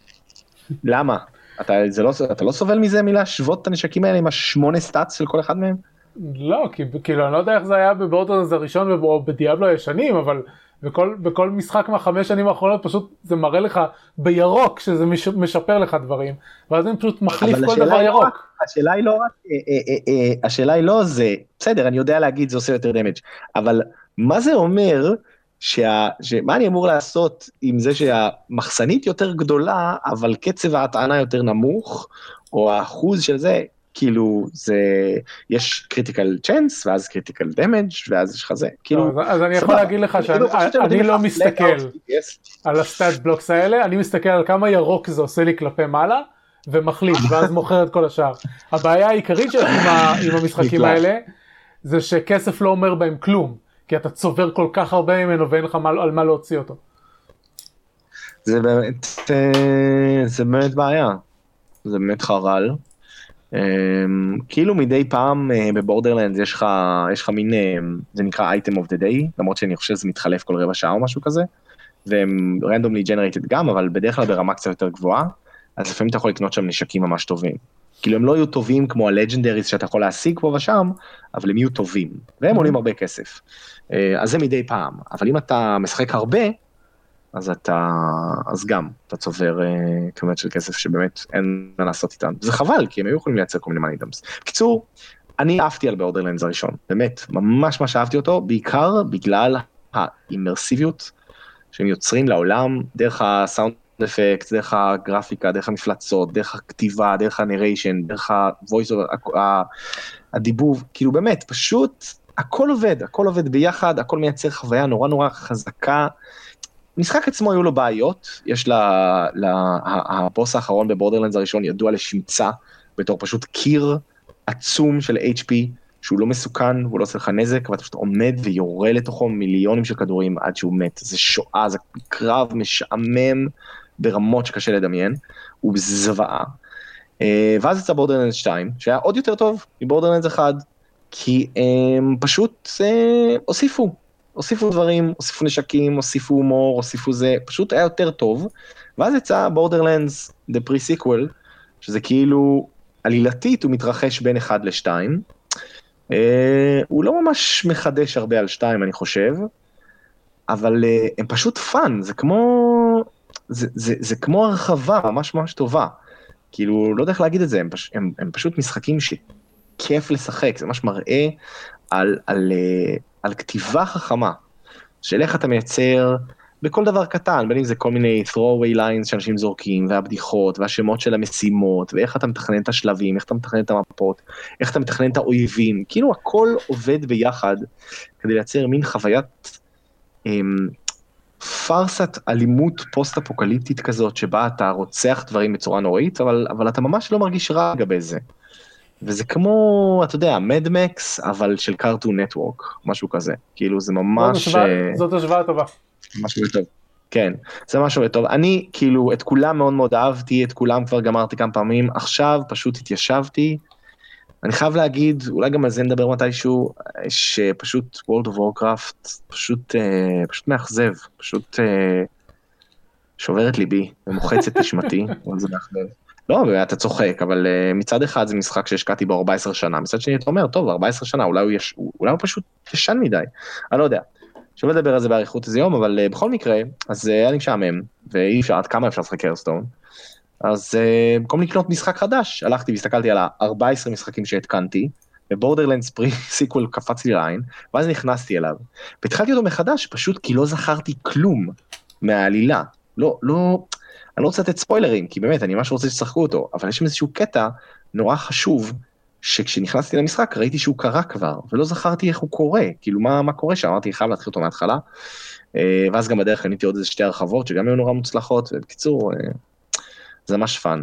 למה? אתה, זה לא, אתה לא סובל מזה מלהשוות את הנשקים האלה עם השמונה סטאצ של כל אחד מהם? לא, כי כאילו אני לא יודע איך זה היה בבורדרלנדס הראשון או בדיאבלו הישנים, אבל בכל, בכל משחק מהחמש שנים האחרונות פשוט זה מראה לך בירוק שזה משפר לך דברים, ואז אני פשוט מחליף כל דבר ירוק. לא, השאלה היא לא רק, השאלה היא לא זה, בסדר, אני יודע להגיד זה עושה יותר דמג', אבל מה זה אומר, שה, שמה אני אמור לעשות עם זה שהמחסנית יותר גדולה, אבל קצב ההטענה יותר נמוך, או האחוז של זה, כאילו, זה, יש קריטיקל צ'אנס, ואז קריטיקל דמג', ואז יש לך זה, כאילו... אז אני יכול להגיד לך שאני לא מסתכל על הסטאט בלוקס האלה, אני מסתכל על כמה ירוק זה עושה לי כלפי מעלה, ומחליט, ואז מוכר את כל השאר. הבעיה העיקרית שיש עם המשחקים האלה, זה שכסף לא אומר בהם כלום, כי אתה צובר כל כך הרבה ממנו, ואין לך על מה להוציא אותו. זה באמת, זה באמת בעיה, זה באמת חרל. כאילו מדי פעם בבורדרלנד יש לך, יש לך מין, זה נקרא item of the day, למרות שאני חושב שזה מתחלף כל רבע שעה או משהו כזה, והם randomly generated גם, אבל בדרך כלל ברמה קצת יותר גבוהה, אז לפעמים אתה יכול לקנות שם נשקים ממש טובים. כאילו הם לא יהיו טובים כמו הלג'נדריז שאתה יכול להשיג פה ושם, אבל הם יהיו טובים, והם עולים הרבה כסף. אז זה מדי פעם, אבל אם אתה משחק הרבה, אז אתה, אז גם, אתה צובר כמות של כסף שבאמת אין מה לעשות איתם. זה חבל, כי הם היו יכולים לייצר כל מיני מנידמס. בקיצור, אני אהבתי על בורדרלנדס הראשון, באמת, ממש ממש אהבתי אותו, בעיקר בגלל האימרסיביות שהם יוצרים לעולם, דרך הסאונד אפקט, דרך הגרפיקה, דרך המפלצות, דרך הכתיבה, דרך הנריישן, דרך הוויס, הדיבוב, כאילו באמת, פשוט הכל עובד, הכל עובד ביחד, הכל מייצר חוויה נורא נורא חזקה. משחק עצמו היו לו בעיות, יש לה, לה, הבוס האחרון בבורדרלנדס הראשון ידוע לשמצה, בתור פשוט קיר עצום של אייץ' פי, שהוא לא מסוכן, והוא לא עושה לך נזק, ואתה פשוט עומד ויורה לתוכו מיליונים של כדורים עד שהוא מת. זה שואה, זה קרב משעמם ברמות שקשה לדמיין, הוא זוועה. ואז יצא בורדרלנדס שתיים, שהיה עוד יותר טוב מבורדרלנדס אחד, כי הם פשוט הוסיפו, הוסיפו דברים, הוסיפו נשקים, הוסיפו הומור, הוסיפו זה, פשוט היה יותר טוב. ואז יצא בורדרלנדס, the pre-sequel, שזה כאילו עלילתית, הוא מתרחש בין אחד לשתיים, Uh, הוא לא ממש מחדש הרבה על שתיים, אני חושב, אבל uh, הם פשוט פאן, זה כמו, זה, זה, זה כמו הרחבה ממש ממש טובה, כאילו, לא יודע איך להגיד את זה, הם, פש, הם, הם פשוט משחקים שכיף לשחק, זה ממש מראה על, על, uh, על כתיבה חכמה, של איך אתה מייצר בכל דבר קטן, בין אם זה כל מיני throwaway lines שאנשים זורקים, והבדיחות, והשמות של המשימות, ואיך אתה מתכנן את השלבים, איך אתה מתכנן את המפות, איך אתה מתכנן את האויבים, כאילו הכל עובד ביחד, כדי לייצר מין חוויית אמ, פרסת אלימות פוסט-אפוקליפטית כזאת, שבה אתה רוצח דברים בצורה נוראית, אבל, אבל אתה ממש לא מרגיש רע לגבי זה. וזה כמו, אתה יודע, מדמקס, אבל של קארטון נטוורק, משהו כזה, כאילו זה ממש... זאת השוואה טובה. משהו טוב, כן, זה משהו טוב, אני כאילו את כולם מאוד מאוד אהבתי, את כולם כבר גמרתי כמה פעמים, עכשיו פשוט התיישבתי, אני חייב להגיד, אולי גם על זה נדבר מתישהו, שפשוט World of Warcraft פשוט, פשוט מאכזב, פשוט שובר את ליבי, ומוחץ את נשמתי, אבל זה מאכזב. לא, באמת, אתה צוחק, אבל מצד אחד זה משחק שהשקעתי בו ארבע עשרה שנה, מצד שני אתה אומר, טוב, ארבע עשרה שנה, אולי הוא, יש, אולי הוא פשוט ישן מדי, אני לא יודע. שווה לדבר על זה בעריכות איזה יום, אבל uh, בכל מקרה, אז uh, היה לי משעמם, ואי אפשר, עד כמה אפשר לשחק הרסטון, אז uh, במקום לקנות משחק חדש, הלכתי והסתכלתי על ה-ארבעה עשר משחקים שהתקנתי, ובורדרלנדס פרי סיקוול קפץ לי לעין, ואז נכנסתי אליו, והתחלתי אותו מחדש, פשוט כי לא זכרתי כלום מהעלילה, לא, לא, אני לא רוצה לתת ספוילרים, כי באמת, אני ממש רוצה שתשחקו אותו, אבל יש איזשהו קטע נורא חשוב, שכשנכנסתי למשחק ראיתי שהוא קרה כבר, ולא זכרתי איך הוא קורה, כאילו מה, מה קורה שם, אמרתי חייב להתחיל אותו מההתחלה, ואז גם בדרך קניתי עוד איזה שתי הרחבות, שגם היו נורא מוצלחות, ובקיצור, זה ממש פאן.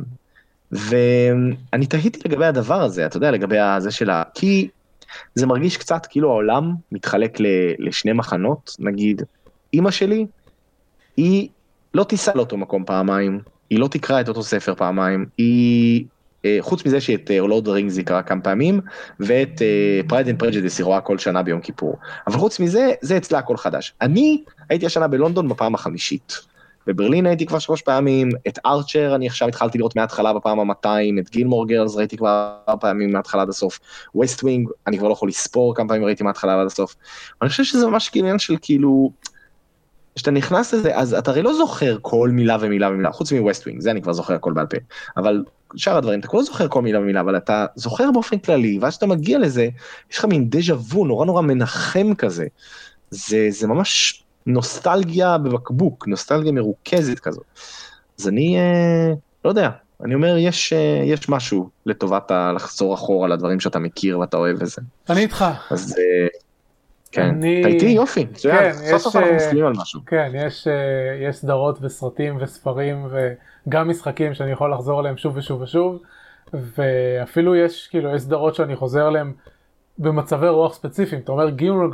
ואני תהיתי לגבי הדבר הזה, אתה יודע, לגבי הזה שלה, כי זה מרגיש קצת כאילו העולם מתחלק לשני מחנות, נגיד, אמא שלי, היא לא תיסע לאותו מקום פעמיים, היא לא תקרא את אותו ספר פעמיים, היא... חוץ מזה שאת לורד רינגס היא קראה כמה פעמים, ואת פרייד אנד פרג'דיס היא רואה כל שנה ביום כיפור. אבל חוץ מזה, זה אצלה הכל חדש. אני הייתי השנה בלונדון בפעם החמישית. בברלין הייתי כבר שלוש פעמים, את ארצ'ר אני עכשיו התחלתי לראות מההתחלה בפעם ה-מאתיים, את גילמור גרלס ראיתי כבר פעמים מההתחלה עד הסוף, ווסט ווינג אני כבר לא יכול לספור כמה פעמים ראיתי מההתחלה עד הסוף. אני חושב שזה ממש עניין של כאילו, כשאתה נכנס לזה, אז אתה הרי לא זוכר כל מילה ומילה ומילה, חוץ מווסט ווינג, זה אני כבר זוכר הכל בעל פה, אבל שאר הדברים, אתה כבר לא זוכר כל מילה ומילה, אבל אתה זוכר באופן כללי, ואז שאתה מגיע לזה, יש לך מין דז'ה וו, נורא נורא מנחם כזה, זה, זה ממש נוסטלגיה בבקבוק, נוסטלגיה מרוכזת כזאת, אז אני, אה, לא יודע, אני אומר, יש, אה, יש משהו לטובת לחזור אחורה לדברים שאתה מכיר ואתה אוהב וזה. אני איתך. אז... אה, כן, אתה איתי יופי, כן, סוף סוף אנחנו מסכימים על משהו. כן, יש, יש סדרות וסרטים וספרים וגם משחקים שאני יכול לחזור אליהם שוב ושוב ושוב, ואפילו יש, כאילו, יש סדרות שאני חוזר אליהם במצבי רוח ספציפיים. אתה אומר גילמור,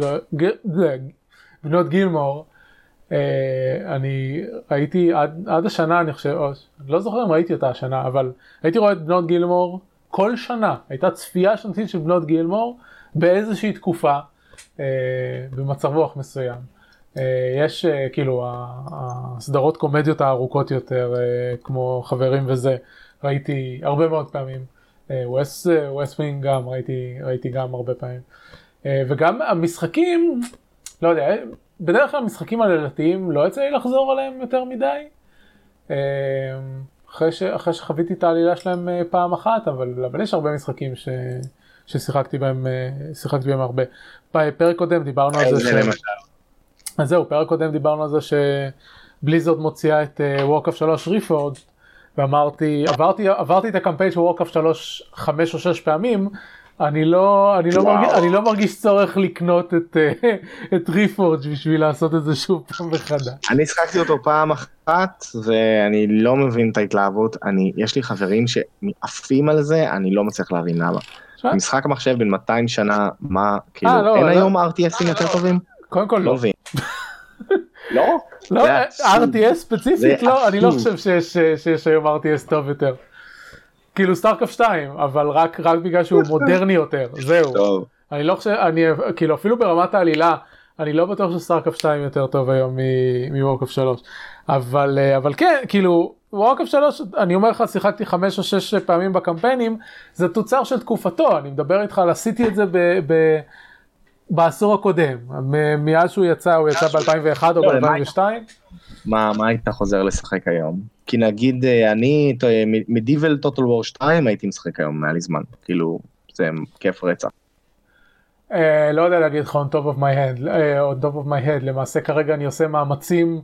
בנות גילמור, אני ראיתי עד, עד השנה, אני חושב, או, לא זוכר אם ראיתי אותה השנה, אבל הייתי רואה את בנות גילמור כל שנה, הייתה צפייה שנתית של בנות גילמור באיזושהי תקופה, במצב רוח מסוים. יש כאילו הסדרות קומדיות הארוכות יותר, כמו חברים וזה, ראיתי הרבה מאוד פעמים. ווסט ווינג גם ראיתי, ראיתי גם הרבה פעמים. וגם המשחקים, לא יודע, בדרך כלל המשחקים הלילתיים לא יצא לי לחזור עליהם יותר מדי. אחרי, ש, אחרי שחוויתי את העלילה שלהם פעם אחת, אבל, אבל יש הרבה משחקים ש, ששיחקתי בהם, שיחקתי בהם הרבה. בפרק קודם דיברנו על זה, ש... אז זהו, פרק קודם דיברנו על זה שבליזרד מוציאה את וורקראפט שלוש ריפורד, ואמרתי, עברתי, עברתי את הקמפיין של וורקראפט שלוש חמש או שש פעמים, אני לא, אני לא, מרגיש, אני לא מרגיש צורך לקנות את, את ריפורג' בשביל לעשות את זה שוב פעם מחדש. אני שחקתי אותו פעם אחת, ואני לא מבין את ההתלהבות, אני, יש לי חברים שמעפים על זה, אני לא מצליח להבין למה. משחק המחשב בין מאתיים שנה, מה, כאילו, 아, לא, אין לא. היום אר טי אסים יותר טובים? קודם כל לא. מבין. לא? לא, אר טי אס ספציפית לא, אני לא חושב שיש, שיש היום אר טי אס טוב יותר. כאילו סטארקראפט שתיים, אבל רק, רק בגלל שהוא מודרני יותר, זהו. טוב. אני לא חושב, אני, כאילו אפילו ברמת העלילה, אני לא בטוח שסטארקראפט שתיים יותר טוב היום מוורקראפט שלוש. אבל, אבל כן, כאילו, וורקראפט שלוש, אני אומר לך, שיחקתי חמש או שש פעמים בקמפיינים, זה תוצר של תקופתו, אני מדבר איתך, עשיתי את זה ב, ב, בעשור הקודם, מאז שהוא יצא, הוא יצא ב-אלפיים ואחת או ב-אלפיים ושתיים. מה, מה היית חוזר לשחק היום? כי נגיד, אני, מדיבל טוטל וור שתיים הייתי משחק היום, היה לי זמן, כאילו, זה כיף רצח. לא יודע להגיד לך, on top of my head, on top of my head, למעשה כרגע אני עושה מאמצים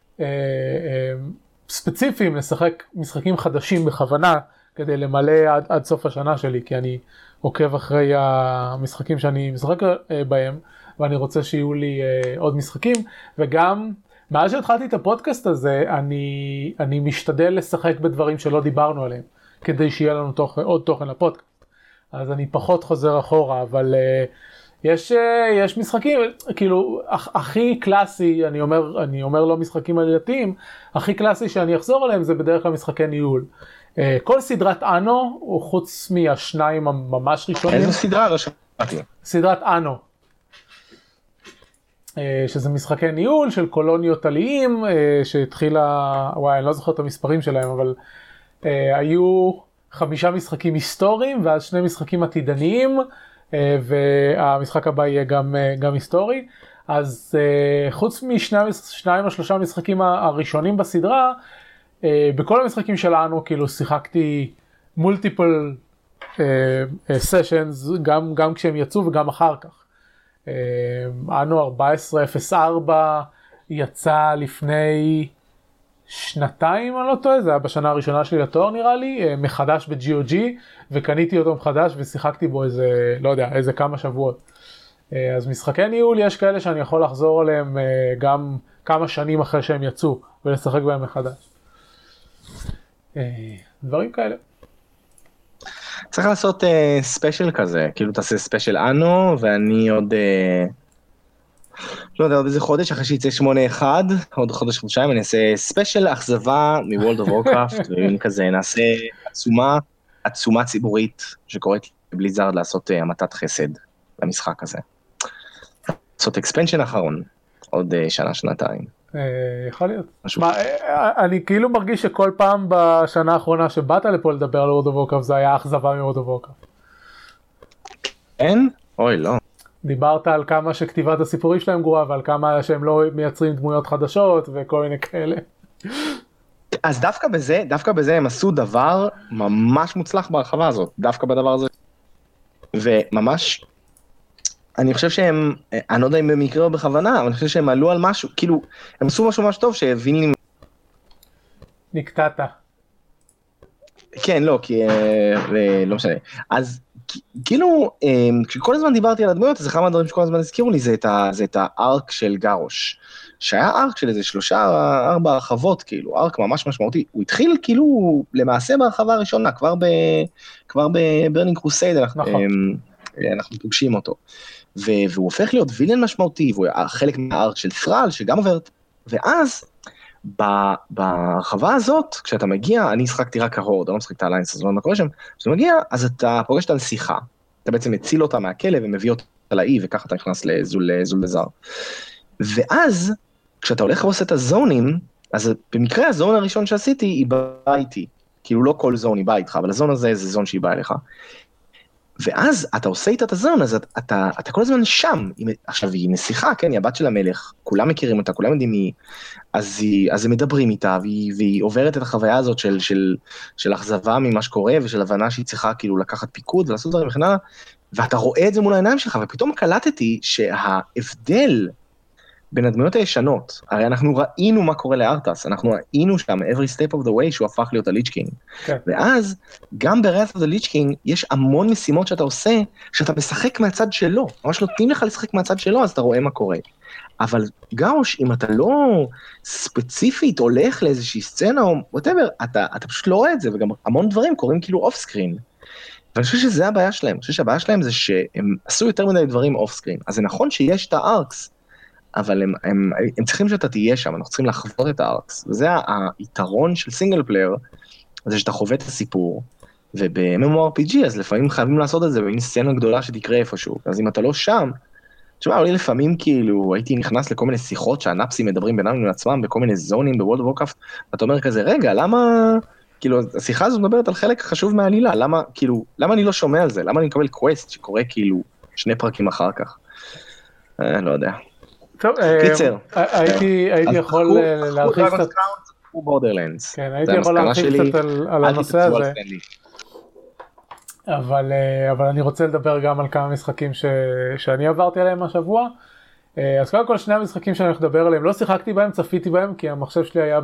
ספציפיים לשחק משחקים חדשים בכוונה, כדי למלא עד, עד סוף השנה שלי, כי אני עוקב אחרי המשחקים שאני משחק בהם, ואני רוצה שיהיו לי עוד משחקים, וגם מאז שהתחלתי את הפודקאסט הזה, אני, אני משתדל לשחק בדברים שלא דיברנו עליהם, כדי שיהיה לנו תוכ... עוד תוכן לפודקאסט. אז אני פחות חוזר אחורה, אבל uh, יש, uh, יש משחקים, כאילו, הכ, הכי קלאסי, אני אומר, אני אומר לא משחקים עלייתיים, הכי קלאסי שאני אחזור עליהם זה בדרך כלל משחקי ניהול. Uh, כל סדרת אנו, חוץ מהשניים הממש ראשונים. איזו סדרה? לא שמעתי. סדרת אנו. שזה משחקי ניהול של קולוניות עליים, שהתחילה, וואי, אני לא זוכר את המספרים שלהם, אבל היו חמישה משחקים היסטוריים, ואז שני משחקים עתידניים, והמשחק הבא יהיה גם, גם היסטורי. אז חוץ משניים או שלושה משחקים הראשונים בסדרה, בכל המשחקים שלנו, כאילו, שיחקתי מולטיפל סשנס, גם, גם כשהם יצאו וגם אחר כך. אנו ארבע עשרה אפס ארבע יצא לפני שנתיים, אני לא טועה, זה היה בשנה הראשונה שלי לתואר נראה לי, מחדש ב-ג'י או ג'י, וקניתי אותו מחדש ושיחקתי בו איזה, לא יודע, איזה כמה שבועות. אז משחקי ניהול יש כאלה שאני יכול לחזור עליהם גם כמה שנים אחרי שהם יצאו, ולשחק בהם מחדש. דברים כאלה. צריך לעשות ספיישל uh, כזה, כאילו תעשה ספיישל אנו, ואני עוד, uh, לא יודע, עוד איזה חודש, אחרי שיצא שמונה אחד, עוד חודש חודשיים, אני אעשה ספיישל אכזבה מוולד אוף וורקראפט, ואם כזה נעשה עצומה, עצומה ציבורית, שקוראת לבליזארד לעשות uh, המתת חסד למשחק הזה. לעשות אקספנשן אחרון, עוד uh, שנה, שנתיים. יכול להיות. מה, אני כאילו מרגיש שכל פעם בשנה האחרונה שבאת לפה לדבר על וורלד אוף וורקראפט זה היה אכזבה מוורלד אוף וורקראפט. אין? אוי, לא. דיברת על כמה שכתיבת הסיפורים שלהם גרועה ועל כמה שהם לא מייצרים דמויות חדשות וכל מיני כאלה. אז דווקא בזה, דווקא בזה הם עשו דבר ממש מוצלח בהרחבה הזאת, דווקא בדבר הזה. וממש אני חושב שהם, אני לא יודע אם במקרה או בכוונה, אבל אני חושב שהם עלו על משהו, כאילו, הם עשו משהו ממש טוב שהבין לי... נקטעת. כן, לא, כי... לא משנה. אז כאילו, כשכל הזמן דיברתי על הדמויות, אז אחד מהדברים שכל הזמן הזכירו לי, זה את הארק של גרוש. שהיה ארק של איזה שלושה, ארבע הרחבות, כאילו, ארק ממש משמעותי. הוא התחיל כאילו, למעשה בהרחבה הראשונה, כבר בברנינג קרוסייד, אנחנו פוגשים אותו. והוא הופך להיות וילן משמעותי, והוא חלק מהארק של ת'רל, שגם עוברת, ואז, בהרחבה הזאת, כשאתה מגיע, אני שחקתי רק ההורד, אני לא משחק את האליינס, אז לא מה קורה שם, כשאתה מגיע, אז אתה פוגש את הנסיכה, אתה בעצם מציל אותה מהכלא, ומביא אותה לאי, וככה אתה נכנס לזול לזר. ואז, כשאתה הולך לעשות את הזונים, אז במקרה הזון הראשון שעשיתי, היא באה איתי, כאילו לא כל זון היא באה איתך, אבל הזון הזה זה זון שהיא באה אליך. ואז אתה עושה איתה את הזון, אז אתה, אתה, אתה כל הזמן שם, עכשיו היא נסיכה, כן, היא הבת של המלך, כולם מכירים אותה, כולם יודעים מי, אז, היא, אז הם מדברים איתה, והיא, והיא עוברת את החוויה הזאת של, של, של אכזבה ממה שקורה, ושל הבנה שהיא צריכה כאילו לקחת פיקוד ולעשות דברים וכן הלאה, ואתה רואה את זה מול העיניים שלך, ופתאום קלטתי שההבדל בין הדמויות הישנות, הרי אנחנו ראינו מה קורה לארטס, אנחנו ראינו שם every step of the way שהוא הפך להיות הליץ' קינג. Okay. ואז, גם ב-Wrath of the Lich King, יש המון משימות שאתה עושה, שאתה משחק מהצד שלו, ממש נותנים לך לשחק מהצד שלו, אז אתה רואה מה קורה. אבל גאוש, אם אתה לא ספציפית הולך לאיזושהי סצנה, או whatever, אתה, אתה פשוט לא רואה את זה, וגם המון דברים קורים כאילו אוף סקרין. ואני חושב שזה הבעיה שלהם, אני חושב שהבעיה שלהם זה שהם עשו יותר מדי דברים אוף סקרין. אז זה נכון שיש את הארקס, אבל הם, הם, הם צריכים שאתה תהיה שם, אנחנו צריכים לחוות את הארקס, וזה היתרון של סינגל פלייר, זה שאתה חווה את הסיפור, וב-אם אם או אר פי ג'י, אז לפעמים חייבים לעשות את זה, במין סצנה גדולה שתקרה איפשהו, אז אם אתה לא שם, תשמע, אולי לפעמים כאילו, הייתי נכנס לכל מיני שיחות שהנאפסים מדברים בינם לעצמם, בכל מיני זונים בוולד אוף וורקראפט, ואתה אומר כזה, רגע, למה, כאילו, השיחה הזו מדברת על חלק חשוב מהעלילה, למה, כאילו, למה אני לא שומע על זה? למה אני מקבל קווסט שקורה כאילו שני פרקים אחר כך? אה, לא יודע. טוב, קיצר. הייתי יכול להרחיב קצת. בורדרלנדס. כן, הייתי יכול להרחיב קצת על הנושא הזה. אבל אבל אני רוצה לדבר גם על כמה משחקים שאני עברתי עליהם השבוע. אז קודם כל שני המשחקים שאני הולך לדבר עליהם, לא שיחקתי בהם, צפיתי בהם, כי המחשב שלי היה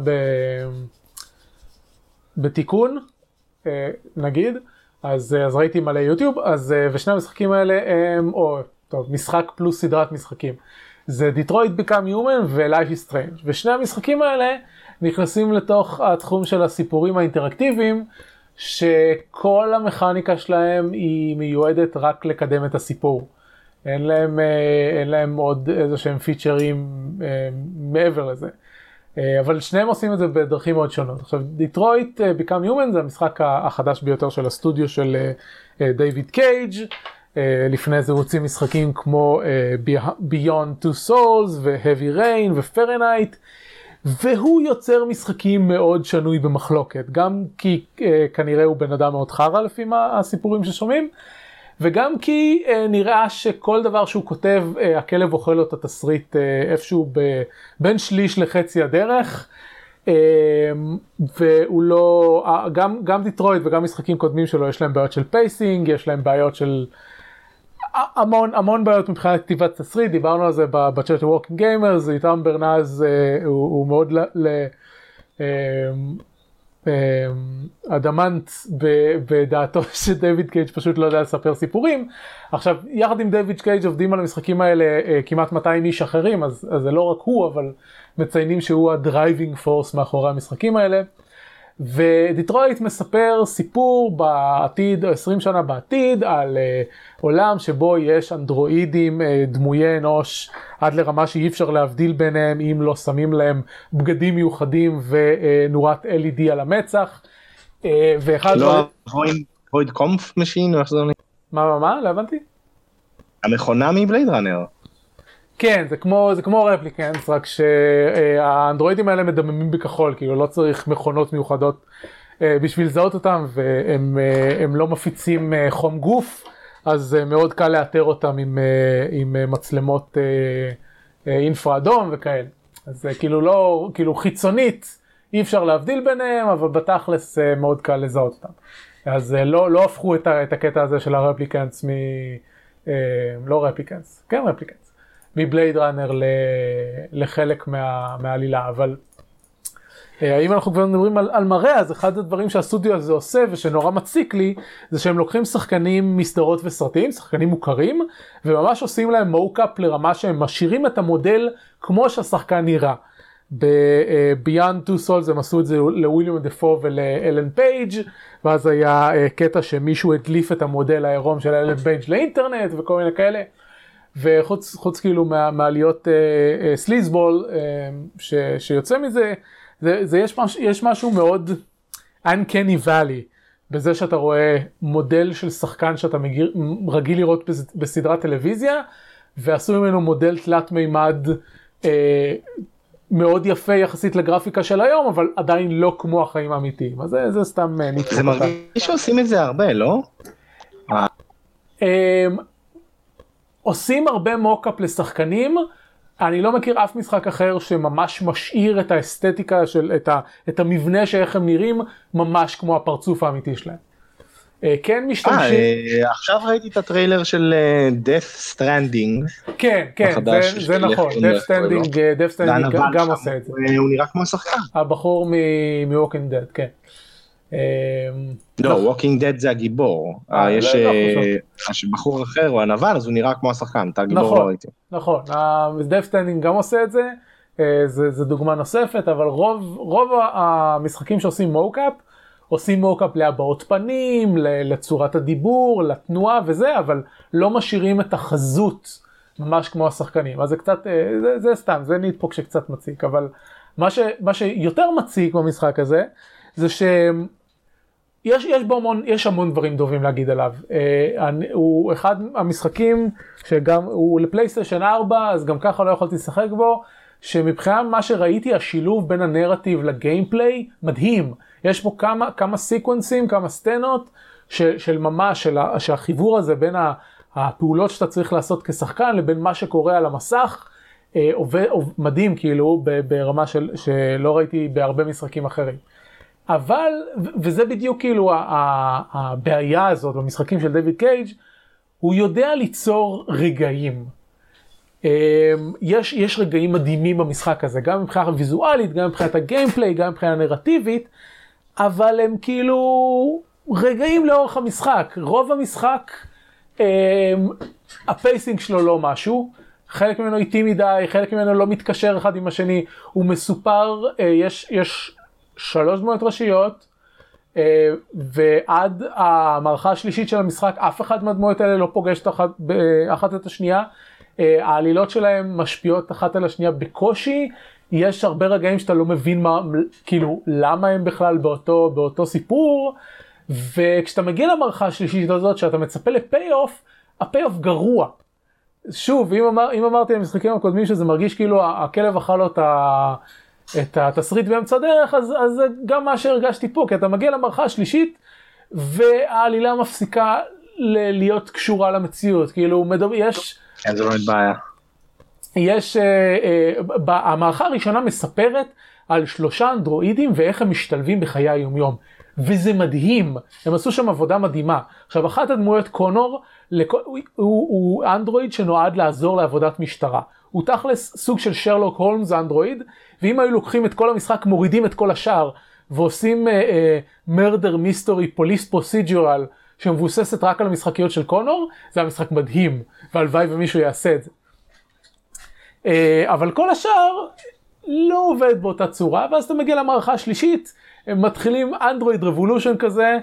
בתיקון, נגיד. אז ראיתי מלא יוטיוב, ושני המשחקים האלה הם, או טוב, משחק פלוס סדרת משחקים. זה Detroit Become Human ו-Life is Strange. ושני המשחקים האלה נכנסים לתוך התחום של הסיפורים האינטראקטיביים, שכל המכניקה שלהם היא מיועדת רק לקדם את הסיפור. אין להם, אין להם עוד איזה שהם פיצ'רים מעבר לזה. אבל שניהם עושים את זה בדרכים מאוד שונות. עכשיו, Detroit Become Human זה המשחק החדש ביותר של הסטודיו של דיוויד קייג'. לפני זה רוצים משחקים כמו Beyond Two Souls ו-Heavy Rain ו-Fahrenheit, והוא יוצר משחקים מאוד שנוי במחלוקת, גם כי כנראה הוא בן אדם מאוד חרא לפי הסיפורים ששומעים, וגם כי נראה שכל דבר שהוא כותב, הכלב אוכל לו את התסריט איפשהו בין שליש לחצי הדרך, והוא לא, גם, גם דיטרויט וגם משחקים קודמים שלו יש להם בעיות של פייסינג, יש להם בעיות של המון, המון בעיות מבחינת כתיבת תסריט, דיברנו על זה בצ'אט של וורקינג גיימרס, איתם ברנז הוא, הוא מאוד ל, ל, אדמנט בדעתו שדייוויד קייג' פשוט לא יודע לספר סיפורים. עכשיו, יחד עם דייוויד קייג' עובדים על המשחקים האלה כמעט מאתיים איש אחרים, אז, אז זה לא רק הוא, אבל מציינים שהוא הדרייבינג פורס מאחורי המשחקים האלה. ודיטרויט מספר סיפור בעתיד, עשרים שנה בעתיד, על uh, עולם שבו יש אנדרואידים, uh, דמויי אנוש, עד לרמה שאי אפשר להבדיל ביניהם אם לא שמים להם בגדים מיוחדים ונורת אל אי די על המצח. Uh, ואחד לא, וויד קומף משין או איך זה? מה, מה, מה? לא הבנתי? המכונה מבלייד ראנר. כן, זה כמו, זה כמו רפליקנס, רק שהאנדרואידים האלה מדממים בכחול, כאילו לא צריך מכונות מיוחדות בשביל לזהות אותם, והם הם לא מפיצים חום גוף, אז מאוד קל לאתר אותם עם, עם מצלמות אינפרה אדום וכאלה. אז כאילו לא, כאילו חיצונית אי אפשר להבדיל ביניהם, אבל בתכלס מאוד קל לזהות אותם. אז לא, לא הפכו את, את הקטע הזה של הרפליקנס מ... לא רפליקנס, כן רפליקנס. מבלייד ראנר לחלק מה, מהעלילה, אבל האם אנחנו כבר מדברים על, על מראה, אז אחד הדברים שהסטודיו הזה עושה ושנורא מציק לי, זה שהם לוקחים שחקנים מסדרות וסרטים, שחקנים מוכרים, וממש עושים להם מוקאפ לרמה שהם משאירים את המודל כמו שהשחקן נראה. ב-Beyond Two Souls הם עשו את זה לוויליאם דפו ולאלן פייג', ואז היה קטע שמישהו הדליף את המודל העירום של אלן פייג' לאינטרנט וכל מיני כאלה. וחוץ חוץ כאילו מה, מעליות אה, אה, סליזבול אה, ש, שיוצא מזה, זה, זה יש, מש, יש משהו מאוד uncanny valley, בזה שאתה רואה מודל של שחקן שאתה מגיר, רגיל לראות בסדרת טלוויזיה, ועשו ממנו מודל תלת מימד אה, מאוד יפה יחסית לגרפיקה של היום, אבל עדיין לא כמו החיים האמיתיים, אז זה, זה סתם אה, זה מרגיש שעושים את זה הרבה, לא? אה, עושים הרבה מוקאפ לשחקנים, אני לא מכיר אף משחק אחר שממש משאיר את האסתטיקה של, את, ה, את המבנה שאיך הם נראים, ממש כמו הפרצוף האמיתי שלהם. כן משתמשים... אה, עכשיו ראיתי את הטריילר של Death Stranding. כן, כן, זה נכון, Death Stranding, Death Stranding גם עושה את זה. הוא נראה כמו שחקן. הבחור מ-Walking Dead, כן. לא, Walking Dead זה הגיבור. יש בחור אחר, הוא הנבל, אז הוא נראה כמו השחקן, אתה הגיבור לא ראיתי. נכון, Death Stranding גם עושה את זה, זה דוגמה נוספת, אבל רוב המשחקים שעושים מוקאפ, עושים מוקאפ להבעות פנים, לצורת הדיבור, לתנועה וזה, אבל לא משאירים את החזות ממש כמו השחקנים. אז זה קצת, זה, זה סתם, זה ניטפוק שקצת מציק, אבל מה, ש, מה שיותר מציק במשחק הזה, זה שיש יש בו המון, יש המון דברים טובים להגיד עליו. הוא אחד המשחקים שגם הוא לפלייסטיישן ארבע, אז גם ככה לא יכולתי לשחק בו, שמבחינת מה שראיתי, השילוב בין הנרטיב לגיימפליי מדהים. יש פה כמה, כמה סיקוונסים, כמה סצנות של, של ממש, של, שהחיבור הזה בין הפעולות שאתה צריך לעשות כשחקן לבין מה שקורה על המסך, אה, עובד, עובד, מדהים כאילו ברמה של, שלא ראיתי בהרבה משחקים אחרים. אבל, וזה בדיוק כאילו הבעיה הזאת במשחקים של דיוויד קייג', הוא יודע ליצור רגעים. יש, יש רגעים מדהימים במשחק הזה, גם מבחינה ויזואלית, גם מבחינת הגיימפליי, גם מבחינה נרטיבית, אבל הם כאילו רגעים לאורך המשחק. רוב המשחק, הפייסינג שלו לא משהו, חלק ממנו איטי מדי, חלק ממנו לא מתקשר אחד עם השני, הוא מסופר, יש, יש שלוש דמויות ראשיות, ועד המערכה השלישית של המשחק, אף אחד מהדמויות האלה לא פוגשת אחת, אחת את השנייה, העלילות שלהם משפיעות אחת על השנייה בקושי, יש הרבה רגעים שאתה לא מבין מה, כאילו, למה הם בכלל באותו, באותו סיפור, וכשאתה מגיע למערכה השלישית הזאת, שאתה מצפה לפי-אוף, הפי-אוף גרוע. שוב, אם, אמר, אם אמרתי למשחקים הקודמים שזה מרגיש כאילו הכלב אכל לו את התסריט באמצע דרך, אז, אז גם מה שהרגשתי פה, כי אתה מגיע למערכה השלישית, והעלילה מפסיקה להיות קשורה למציאות, כאילו, מדבר, יש... כן, זה לא בעיה. יש, uh, uh, המערכה הראשונה מספרת על שלושה אנדרואידים ואיך הם משתלבים בחיי היומיום. וזה מדהים, הם עשו שם עבודה מדהימה. עכשיו, אחת הדמויות קונור, לכ... הוא, הוא, הוא אנדרואיד שנועד לעזור לעבודת משטרה. הוא תכלס סוג של שרלוק הולמס האנדרואיד, ואם היו לוקחים את כל המשחק, מורידים את כל השאר, ועושים uh, uh, murder mystery police procedural, שמבוססת רק על המשחקיות של קונור, זה המשחק מדהים, והלוואי ומישהו יעשה את זה. אבל כל השאר לא עובד באותה צורה, ואז אתה מגיע למערכה השלישית, הם מתחילים אנדרואיד רבולושן כזה,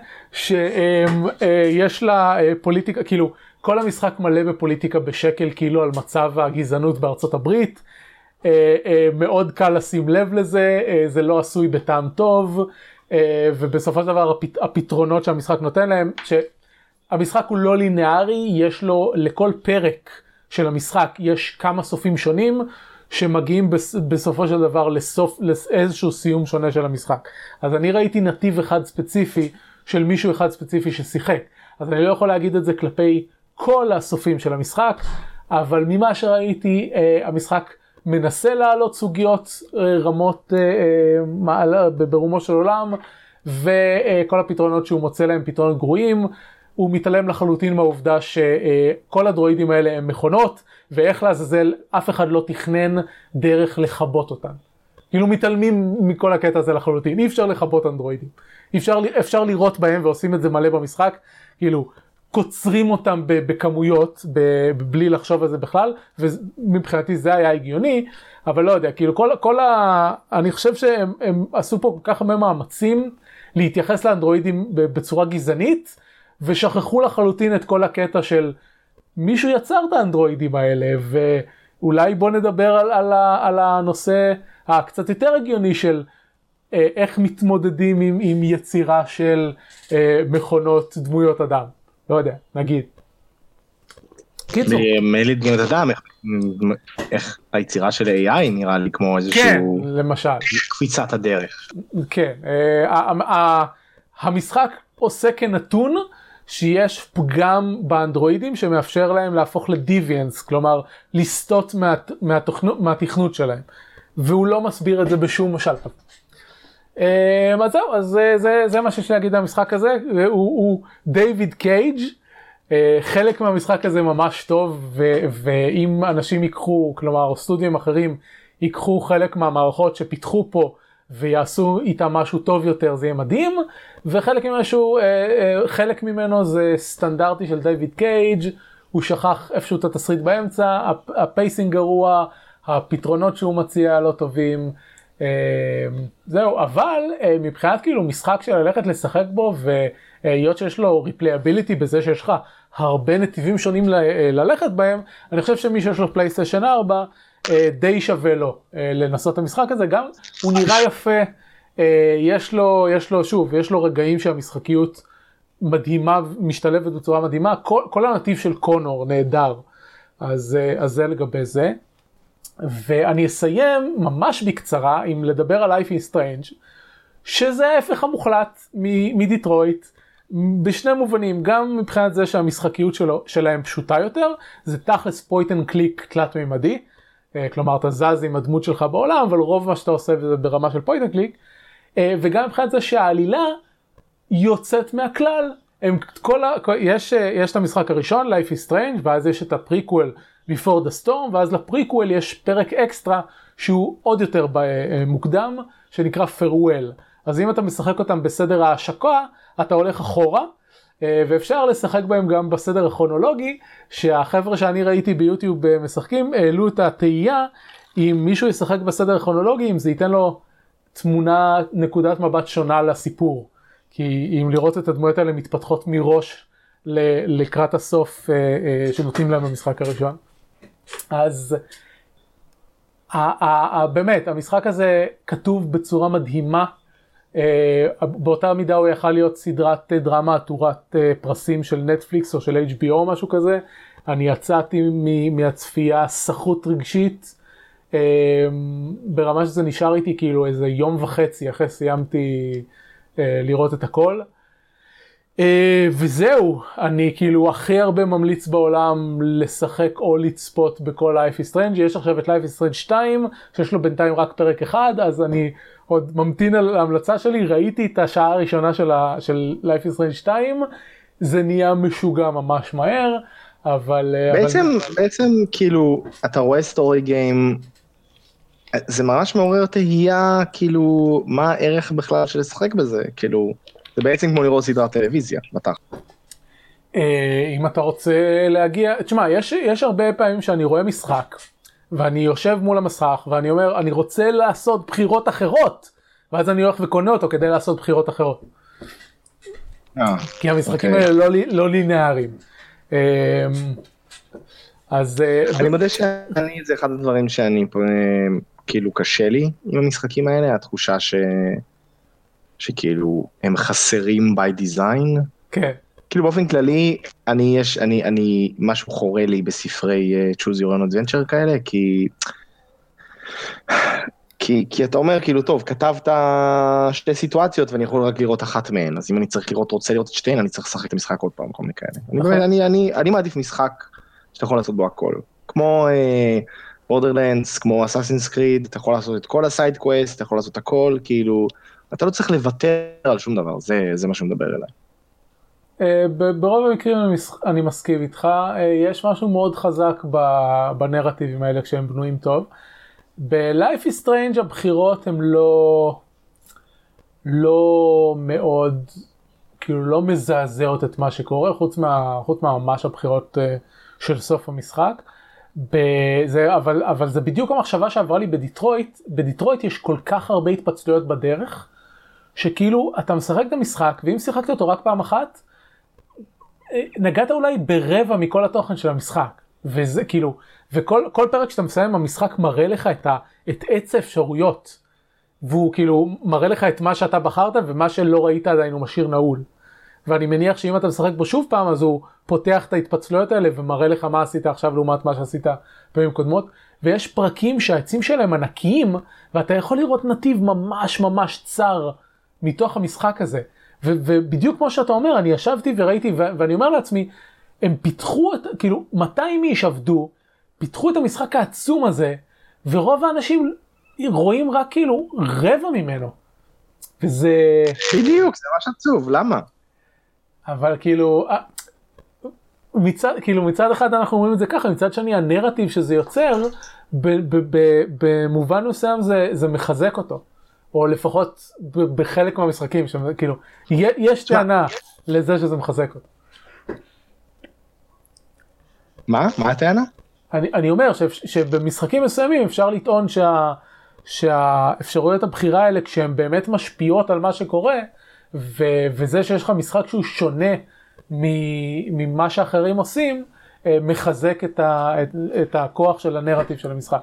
שיש לה פוליטיקה, כאילו, כל המשחק מלא בפוליטיקה בשקל, כאילו על מצב הגזענות בארצות הברית, מאוד קל לשים לב לזה, זה לא עשוי בטעם טוב, ובסופו של דבר הפתרונות שהמשחק נותן להם, שהמשחק הוא לא לינארי, יש לו לכל פרק של המשחק, יש כמה סופים שונים, שמגיעים בסופו של דבר לסוף, לאיזשהו סיום שונה של המשחק. אז אני ראיתי נתיב אחד ספציפי, של מישהו אחד ספציפי ששיחק, אז אני לא יכול להגיד את זה כלפי כל הסופים של המשחק, אבל ממה שראיתי, המשחק מנסה לעלות סוגיות רמות ברומו של עולם, וכל הפתרונות שהוא מוצא להם פתרונות גרועים, הוא מתעלם לחלוטין מהעובדה שכל הדרואידים האלה הם מכונות, ואיך לעזאזל אף אחד לא תכנן דרך לחבות אותן. כאילו מתעלמים מכל הקטע הזה לחלוטין, אי אפשר לחבות אנדרואידים. אפשר, אפשר לראות בהם ועושים את זה מלא במשחק, כאילו קוצרים אותם בכמויות, בלי לחשוב על זה בכלל, ומבחינתי זה היה הגיוני, אבל לא יודע, כאילו כל, כל ה... אני חושב שהם הם עשו פה כל כך הרבה מאמצים להתייחס לאנדרואידים בצורה גזענית, ושכחו לחלוטין את כל הקטע של מישהו יצר את האנדרואידים האלה, ואולי בוא נדבר על, על, על הנושא הקצת יותר הגיוני של אה, איך מתמודדים עם, עם יצירה של אה, מכונות דמויות אדם. לא יודע, נגיד. קיצור. מיילי דמויות אדם, איך, איך היצירה של איי איי נראה לי כמו איזשהו... כן, למשל. קפיצת הדרך. כן, אה, המשחק עושה כנתון שיש פגם באנדרואידים שמאפשר להם להפוך לדיביאנס, כלומר לסטות מה, מהתכנות, מהתכנות שלהם, והוא לא מסביר את זה בשום משל. אז זהו, אז זה, זה, זה מה שיש להגיד על המשחק הזה, הוא, הוא דיוויד קייג', חלק מהמשחק הזה ממש טוב, ו, ואם אנשים ייקחו, כלומר סטודיו אחרים, ייקחו חלק מהמערכות שפיתחו פה, ויעשו איתה משהו טוב יותר, זה יהיה מדהים, וחלק ממשהו, חלק ממנו זה סטנדרטי של דיוויד קייג', הוא שכח איפשהו את התסריט באמצע, הפייסינג גרוע, הפתרונות שהוא מציע לא טובים, זהו, אבל מבחינת כאילו משחק של ללכת לשחק בו, והיות שיש לו replayability בזה שיש לך הרבה נתיבים שונים ללכת בהם, אני חושב שמי שיש לו פלייסטיישן ארבע, די שווה לו לנסות את המשחק הזה, גם הוא נראה יפה, יש לו, יש לו שוב, יש לו רגעים שהמשחקיות מדהימה, משתלבת בצורה מדהימה, כל, כל הנתיב של קונור נהדר, אז, אז זה לגבי זה. ואני אסיים ממש בקצרה עם לדבר על Life is Strange, שזה ההפך המוחלט מדיטרויט, בשני מובנים, גם מבחינת זה שהמשחקיות שלו, שלהם פשוטה יותר, זה תכלס פוינט אנד קליק תלת מימדי, כלומר אתה זז עם הדמות שלך בעולם, אבל רוב מה שאתה עושה זה ברמה של פוינט אנד קליק, וגם מבחינת זה שהעלילה יוצאת מהכלל, הם כל ה... יש, יש את המשחק הראשון, Life is Strange, ואז יש את הפריקוול Before the Storm, ואז לפריקוול יש פרק אקסטרה שהוא עוד יותר מוקדם, שנקרא Farewell. אז אם אתה משחק אותם בסדר ההשקה, אתה הולך אחורה, ואפשר לשחק בהם גם בסדר הכרונולוגי, שהחבר'ה שאני ראיתי ביוטיוב משחקים, העלו את התהייה, אם מישהו ישחק בסדר הכרונולוגי, אם זה ייתן לו תמונה, נקודת מבט שונה לסיפור. כי אם לראות את הדמויות האלה מתפתחות מראש לקראת הסוף שנותנים להם במשחק הראשון. אז באמת, המשחק הזה כתוב בצורה מדהימה, באותה מידה הוא יכל להיות סדרת דרמה עטורת פרסים של נטפליקס או של אייץ' בי או או משהו כזה. אני יצאתי מהצפייה סחוט רגשית, ברמה שזה נשאר איתי כאילו איזה יום וחצי אחרי סיימתי לראות את הכל. וזהו, אני כאילו הכי הרבה ממליץ בעולם לשחק או לצפות בכל Life is Strange. יש עכשיו את Life is Strange שתיים, שיש לו בינתיים רק פרק אחד, אז אני עוד ממתין על ההמלצה שלי. ראיתי את השעה הראשונה של, ה, של Life is Strange שתיים, זה נהיה משוגע ממש מהר, אבל... בעצם, אבל... בעצם כאילו, אתה רואה סטורי גיים, זה ממש מעורר תהייה, כאילו, מה הערך בכלל של לשחק בזה, כאילו... זה בעצם כמו לראות סדרת טלוויזיה, בטח. אם אתה רוצה להגיע, תשמע, יש, יש הרבה פעמים שאני רואה משחק, ואני יושב מול המסך, ואני אומר, אני רוצה לעשות בחירות אחרות, ואז אני הולך וקונה אותו כדי לעשות בחירות אחרות. כי המשחקים האלה לא, לא לינאריים. אז... אני מודה שאני, זה אחד הדברים שאני, כאילו, קשה לי עם המשחקים האלה, התחושה ש... שכאילו הם חסרים by design. כן. כאילו באופן כללי, אני יש, אני, אני, משהו חורה לי בספרי uh, choose your own adventure כאלה, כי, כי, כי אתה אומר כאילו, טוב, כתבת שתי סיטואציות ואני יכול רק לראות אחת מהן, אז אם אני צריך לראות, רוצה לראות את שתיהן, אני צריך לשחק את המשחק עוד פעם, כל מיני כאלה. אני, אני, אני, אני מעדיף משחק שאתה יכול לעשות בו הכל. כמו uh, Borderlands, כמו Assassin's Creed, אתה יכול לעשות את כל הסייד קווסט, אתה יכול לעשות הכל, כאילו, אתה לא צריך לוותר על שום דבר, זה, זה מה שמדבר אליי. ברוב המקרים אני מסכים איתך, יש משהו מאוד חזק בנרטיבים האלה כשהם בנויים טוב. ב-Life is Strange הבחירות הן לא, לא מאוד, כאילו לא מזעזעות את מה שקורה, חוץ מה, חוץ מה ממש הבחירות של סוף המשחק. בזה, אבל, אבל זה בדיוק המחשבה שעברה לי בדיטרויט. בדיטרויט יש כל כך הרבה התפצלויות בדרך, שכאילו אתה משחק את המשחק, ואם שיחקת אותו רק פעם אחת, נגעת אולי ברבע מכל התוכן של המשחק. וזה כאילו, וכל כל פרק שאתה מסיים, המשחק מראה לך את, ה, את עץ האפשרויות. והוא כאילו מראה לך את מה שאתה בחרת, ומה שלא ראית עדיין הוא משאיר נעול. ואני מניח שאם אתה משחק בו שוב פעם, אז הוא פותח את ההתפצלויות האלה, ומראה לך מה עשית עכשיו לעומת מה שעשית פעמים קודמות. ויש פרקים שהעצים שלהם ענקיים, ואתה יכול לראות נתיב ממש ממש צר מתוך המשחק הזה. ו- ובדיוק כמו שאתה אומר, אני ישבתי וראיתי, ו- ואני אומר לעצמי, הם פיתחו את, כאילו, מאתיים איש עבדו, פיתחו את המשחק העצום הזה, ורוב האנשים רואים רק כאילו רבע ממנו. וזה... בדיוק, זה ממש עצוב, למה? אבל כאילו, מצד, כאילו מצד אחד אנחנו אומרים את זה ככה, מצד שני הנרטיב שזה יוצר, ב, ב, ב, במובן מסוים זה, זה מחזק אותו, או לפחות ב, בחלק מהמשחקים, כאילו, יש טענה לזה שזה מחזק אותו. מה? מה הטענה? אני, אני אומר ש, שבמשחקים מסוימים אפשר לטעון שה, שהאפשרויות הבחירה האלה, כשהן באמת משפיעות על מה שקורה, ו, וזה שיש לך משחק שהוא שונה ממה שאחרים עושים, מחזק את, ה, את, את הכוח של הנרטיב של המשחק.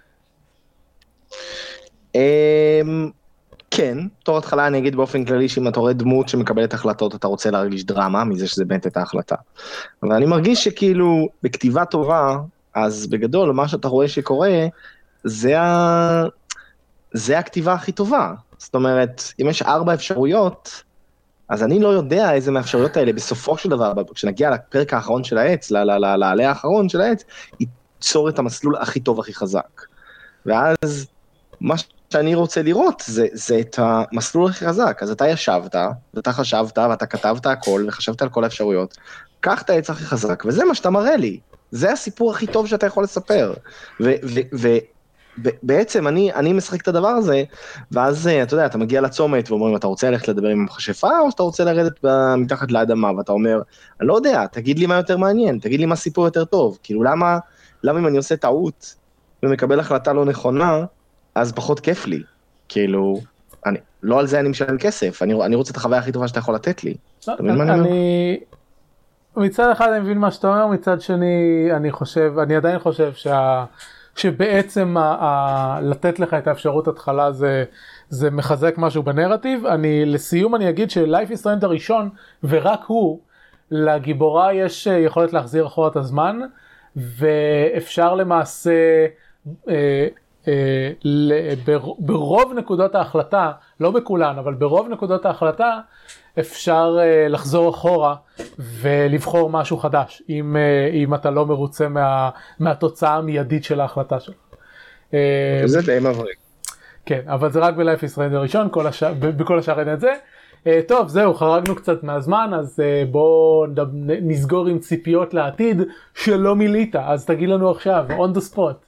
כן, תור התחלה אני אגיד באופן כללי שאם אתה רואה דמות שמקבלת החלטות, אתה רוצה להרגיש דרמה מזה שזה באמת את ההחלטה. אבל אני מרגיש שכאילו בכתיבה טובה, אז בגדול מה שאתה רואה שקורה, זה, ה... זה הכתיבה הכי טובה. זאת אומרת, אם יש ארבע אפשרויות, אז אני לא יודע איזה מהאפשרויות האלה, בסופו של דבר, כשנגיע לפרק האחרון של העץ, לעלה האחרון של העץ, ייצור את המסלול הכי טוב, הכי חזק. ואז מה שאני רוצה לראות, זה, זה את המסלול הכי חזק. אז אתה ישבת, ואתה חשבת, ואתה כתבת הכל, וחשבת על כל האפשרויות. קח את העץ הכי חזק, וזה מה שאתה מראה לי. זה הסיפור הכי טוב שאתה יכול לספר. ו... ו, ו בעצם אני, אני משחק את הדבר הזה, ואז אתה יודע, אתה מגיע לצומת ואומרים, אתה רוצה ללכת לדבר עם המכשפה, או שאתה רוצה לרדת מתחת לאדמה, ואתה אומר, אני לא יודע, תגיד לי מה יותר מעניין, תגיד לי מה סיפור יותר טוב, כאילו למה, למה אם אני עושה טעות, ומקבל החלטה לא נכונה, אז פחות כיף לי, כאילו, אני, לא על זה אני משלם כסף, אני, אני רוצה את החוויה הכי טובה שאתה יכול לתת לי. אני, אני, מצד אחד אני מבין מה שאתה אומר, מצד שני, אני חושב, אני עדיין חושב שה... שבעצם ה- ה- לתת לך את האפשרות התחלה זה, זה מחזק משהו בנרטיב. אני, לסיום אני אגיד ש-Life is Strange הראשון, ורק הוא, לגיבורה יש יכולת להחזיר אחורה את הזמן, ואפשר למעשה, אה, אה, ל- בר- ברוב נקודות ההחלטה, לא בכולן, אבל ברוב נקודות ההחלטה, אפשר uh, לחזור אחורה ולבחור משהו חדש, אם, uh, אם אתה לא מרוצה מה, מהתוצאה המיידית של ההחלטה שלך. זה די מבריק. כן, אבל זה רק ב-Life is Strange הראשון, כל השאר, בכל השאר אין את זה. Uh, טוב, זהו, חרגנו קצת מהזמן, אז uh, בואו נסגור עם ציפיות לעתיד שלא מילאת, אז תגיד לנו עכשיו, on the spot.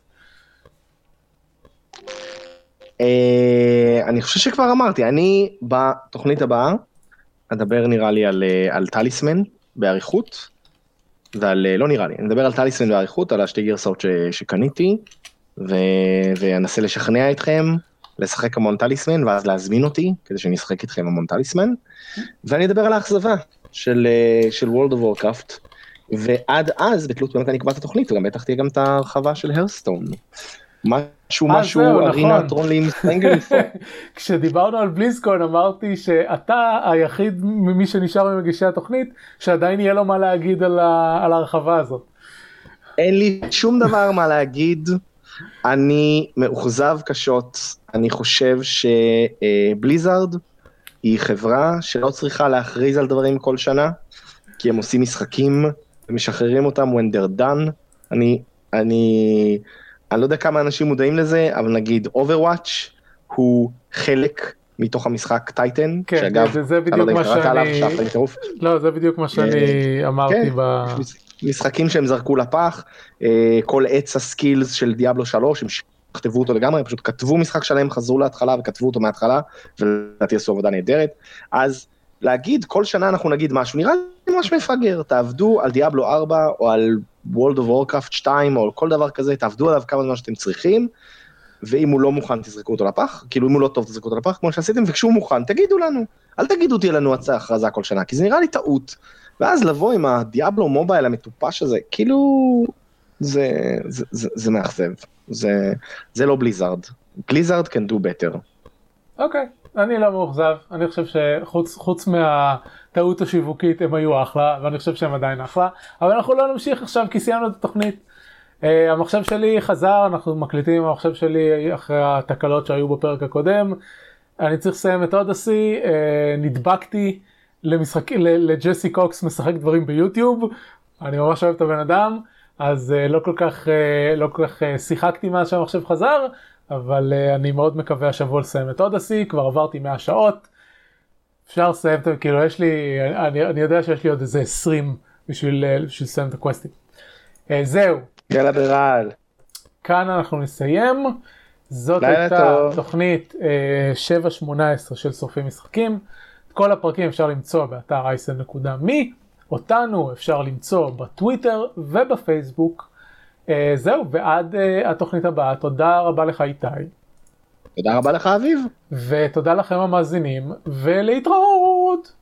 Uh, אני חושב שכבר אמרתי, אני בתוכנית הבאה, אדבר נראה לי על, על טליסמן בעריכות, ועל, לא נראה לי, אני אדבר על טליסמן בעריכות, על השתי גרסאות ש, שקניתי, ו, ואנסה לשכנע אתכם, לשחק המון טליסמן, ואז להזמין אותי, כדי שאני אשחק איתכם המון טליסמן, ואני אדבר על האכזבה של, של World of Warcraft, ועד אז, בתלות באמת אני אקבע את התוכנית, וגם בטח תהיה גם את ההרחבה של הרסטון. משהו משהו ארינה טרולים סטרנגליפור. כשדיברנו על בליזקון אמרתי שאתה היחיד ממי שנשאר ממגישי התוכנית שעדיין יהיה לו מה להגיד על ההרחבה הזאת. אין לי שום דבר מה להגיד, אני מאוכזב קשות, אני חושב שבליזארד היא חברה שלא צריכה להכריז על דברים כל שנה, כי הם עושים משחקים ומשחררים אותם when they're done. אני, אני... אני לא יודע כמה אנשים מודעים לזה, אבל נגיד Overwatch הוא חלק מתוך המשחק טייטן, כן, שאגב, זה, זה בדיוק מה שאני... לא, זה בדיוק מה שאני אמרתי כן, ב... משחקים שהם זרקו לפח, כל עץ הסקילס של דיאבלו שלוש, הם כתבו אותו לגמרי, הם פשוט כתבו משחק שלהם, חזרו להתחלה וכתבו אותו מההתחלה, ולדעתי עשו עבודה נהדרת. אז להגיד, כל שנה אנחנו נגיד משהו, נראה לי ממש מפגר, תעבדו על דיאבלו ארבע, או על World of Warcraft שתיים, או כל דבר כזה, תעבדו עליו כמה זמן שאתם צריכים, ואם הוא לא מוכן, תזרקו אותו לפח, כאילו אם הוא לא טוב, תזרקו אותו לפח, כמו שעשיתם, וכשהוא מוכן, תגידו לנו, אל תגידו תהיה לנו הצעה הכרזה כל שנה, כי זה נראה לי טעות, ואז לבוא עם הדיאבלו מובייל המטופש הזה, כאילו, זה, זה, זה, זה מאכזב, זה, זה לא בליזארד, בליזארד can do better. אוקיי, אני לא מאוכזב, אני חושב שחוץ חוץ מהטעות השיווקית הם היו אחלה, ואני חושב שהם עדיין אחלה, אבל אנחנו לא נמשיך עכשיו כי סיימנו את התוכנית. Uh, המחשב שלי חזר, אנחנו מקליטים עם המחשב שלי אחרי התקלות שהיו בפרק הקודם, אני צריך לסיים את אודסי, uh, נדבקתי למשחק, לג'סי קוקס משחק דברים ביוטיוב, אני ממש אוהב את הבן אדם, אז uh, לא כל כך, uh, לא כל כך uh, שיחקתי מאז שהמחשב חזר, אבל uh, אני מאוד מקווה השבוע לסיים את אודסי, כבר עברתי מאה שעות, אפשר לסיים, כאילו יש לי, אני, אני יודע שיש לי עוד איזה עשרים בשביל, בשביל לסיים את הקווסטים. Uh, זהו. יאללה ברעל. כאן אנחנו נסיים, זאת הייתה טוב. תוכנית uh, שבע שמונה עשרה של שורפים משחקים, את כל הפרקים אפשר למצוא באתר אייסן נקודה מי, אותנו אפשר למצוא בטוויטר ובפייסבוק, uh, זהו, ועד uh, התוכנית הבאה, תודה רבה לך איתי. תודה רבה לך אביב. ותודה לכם המאזינים, ולהתראות.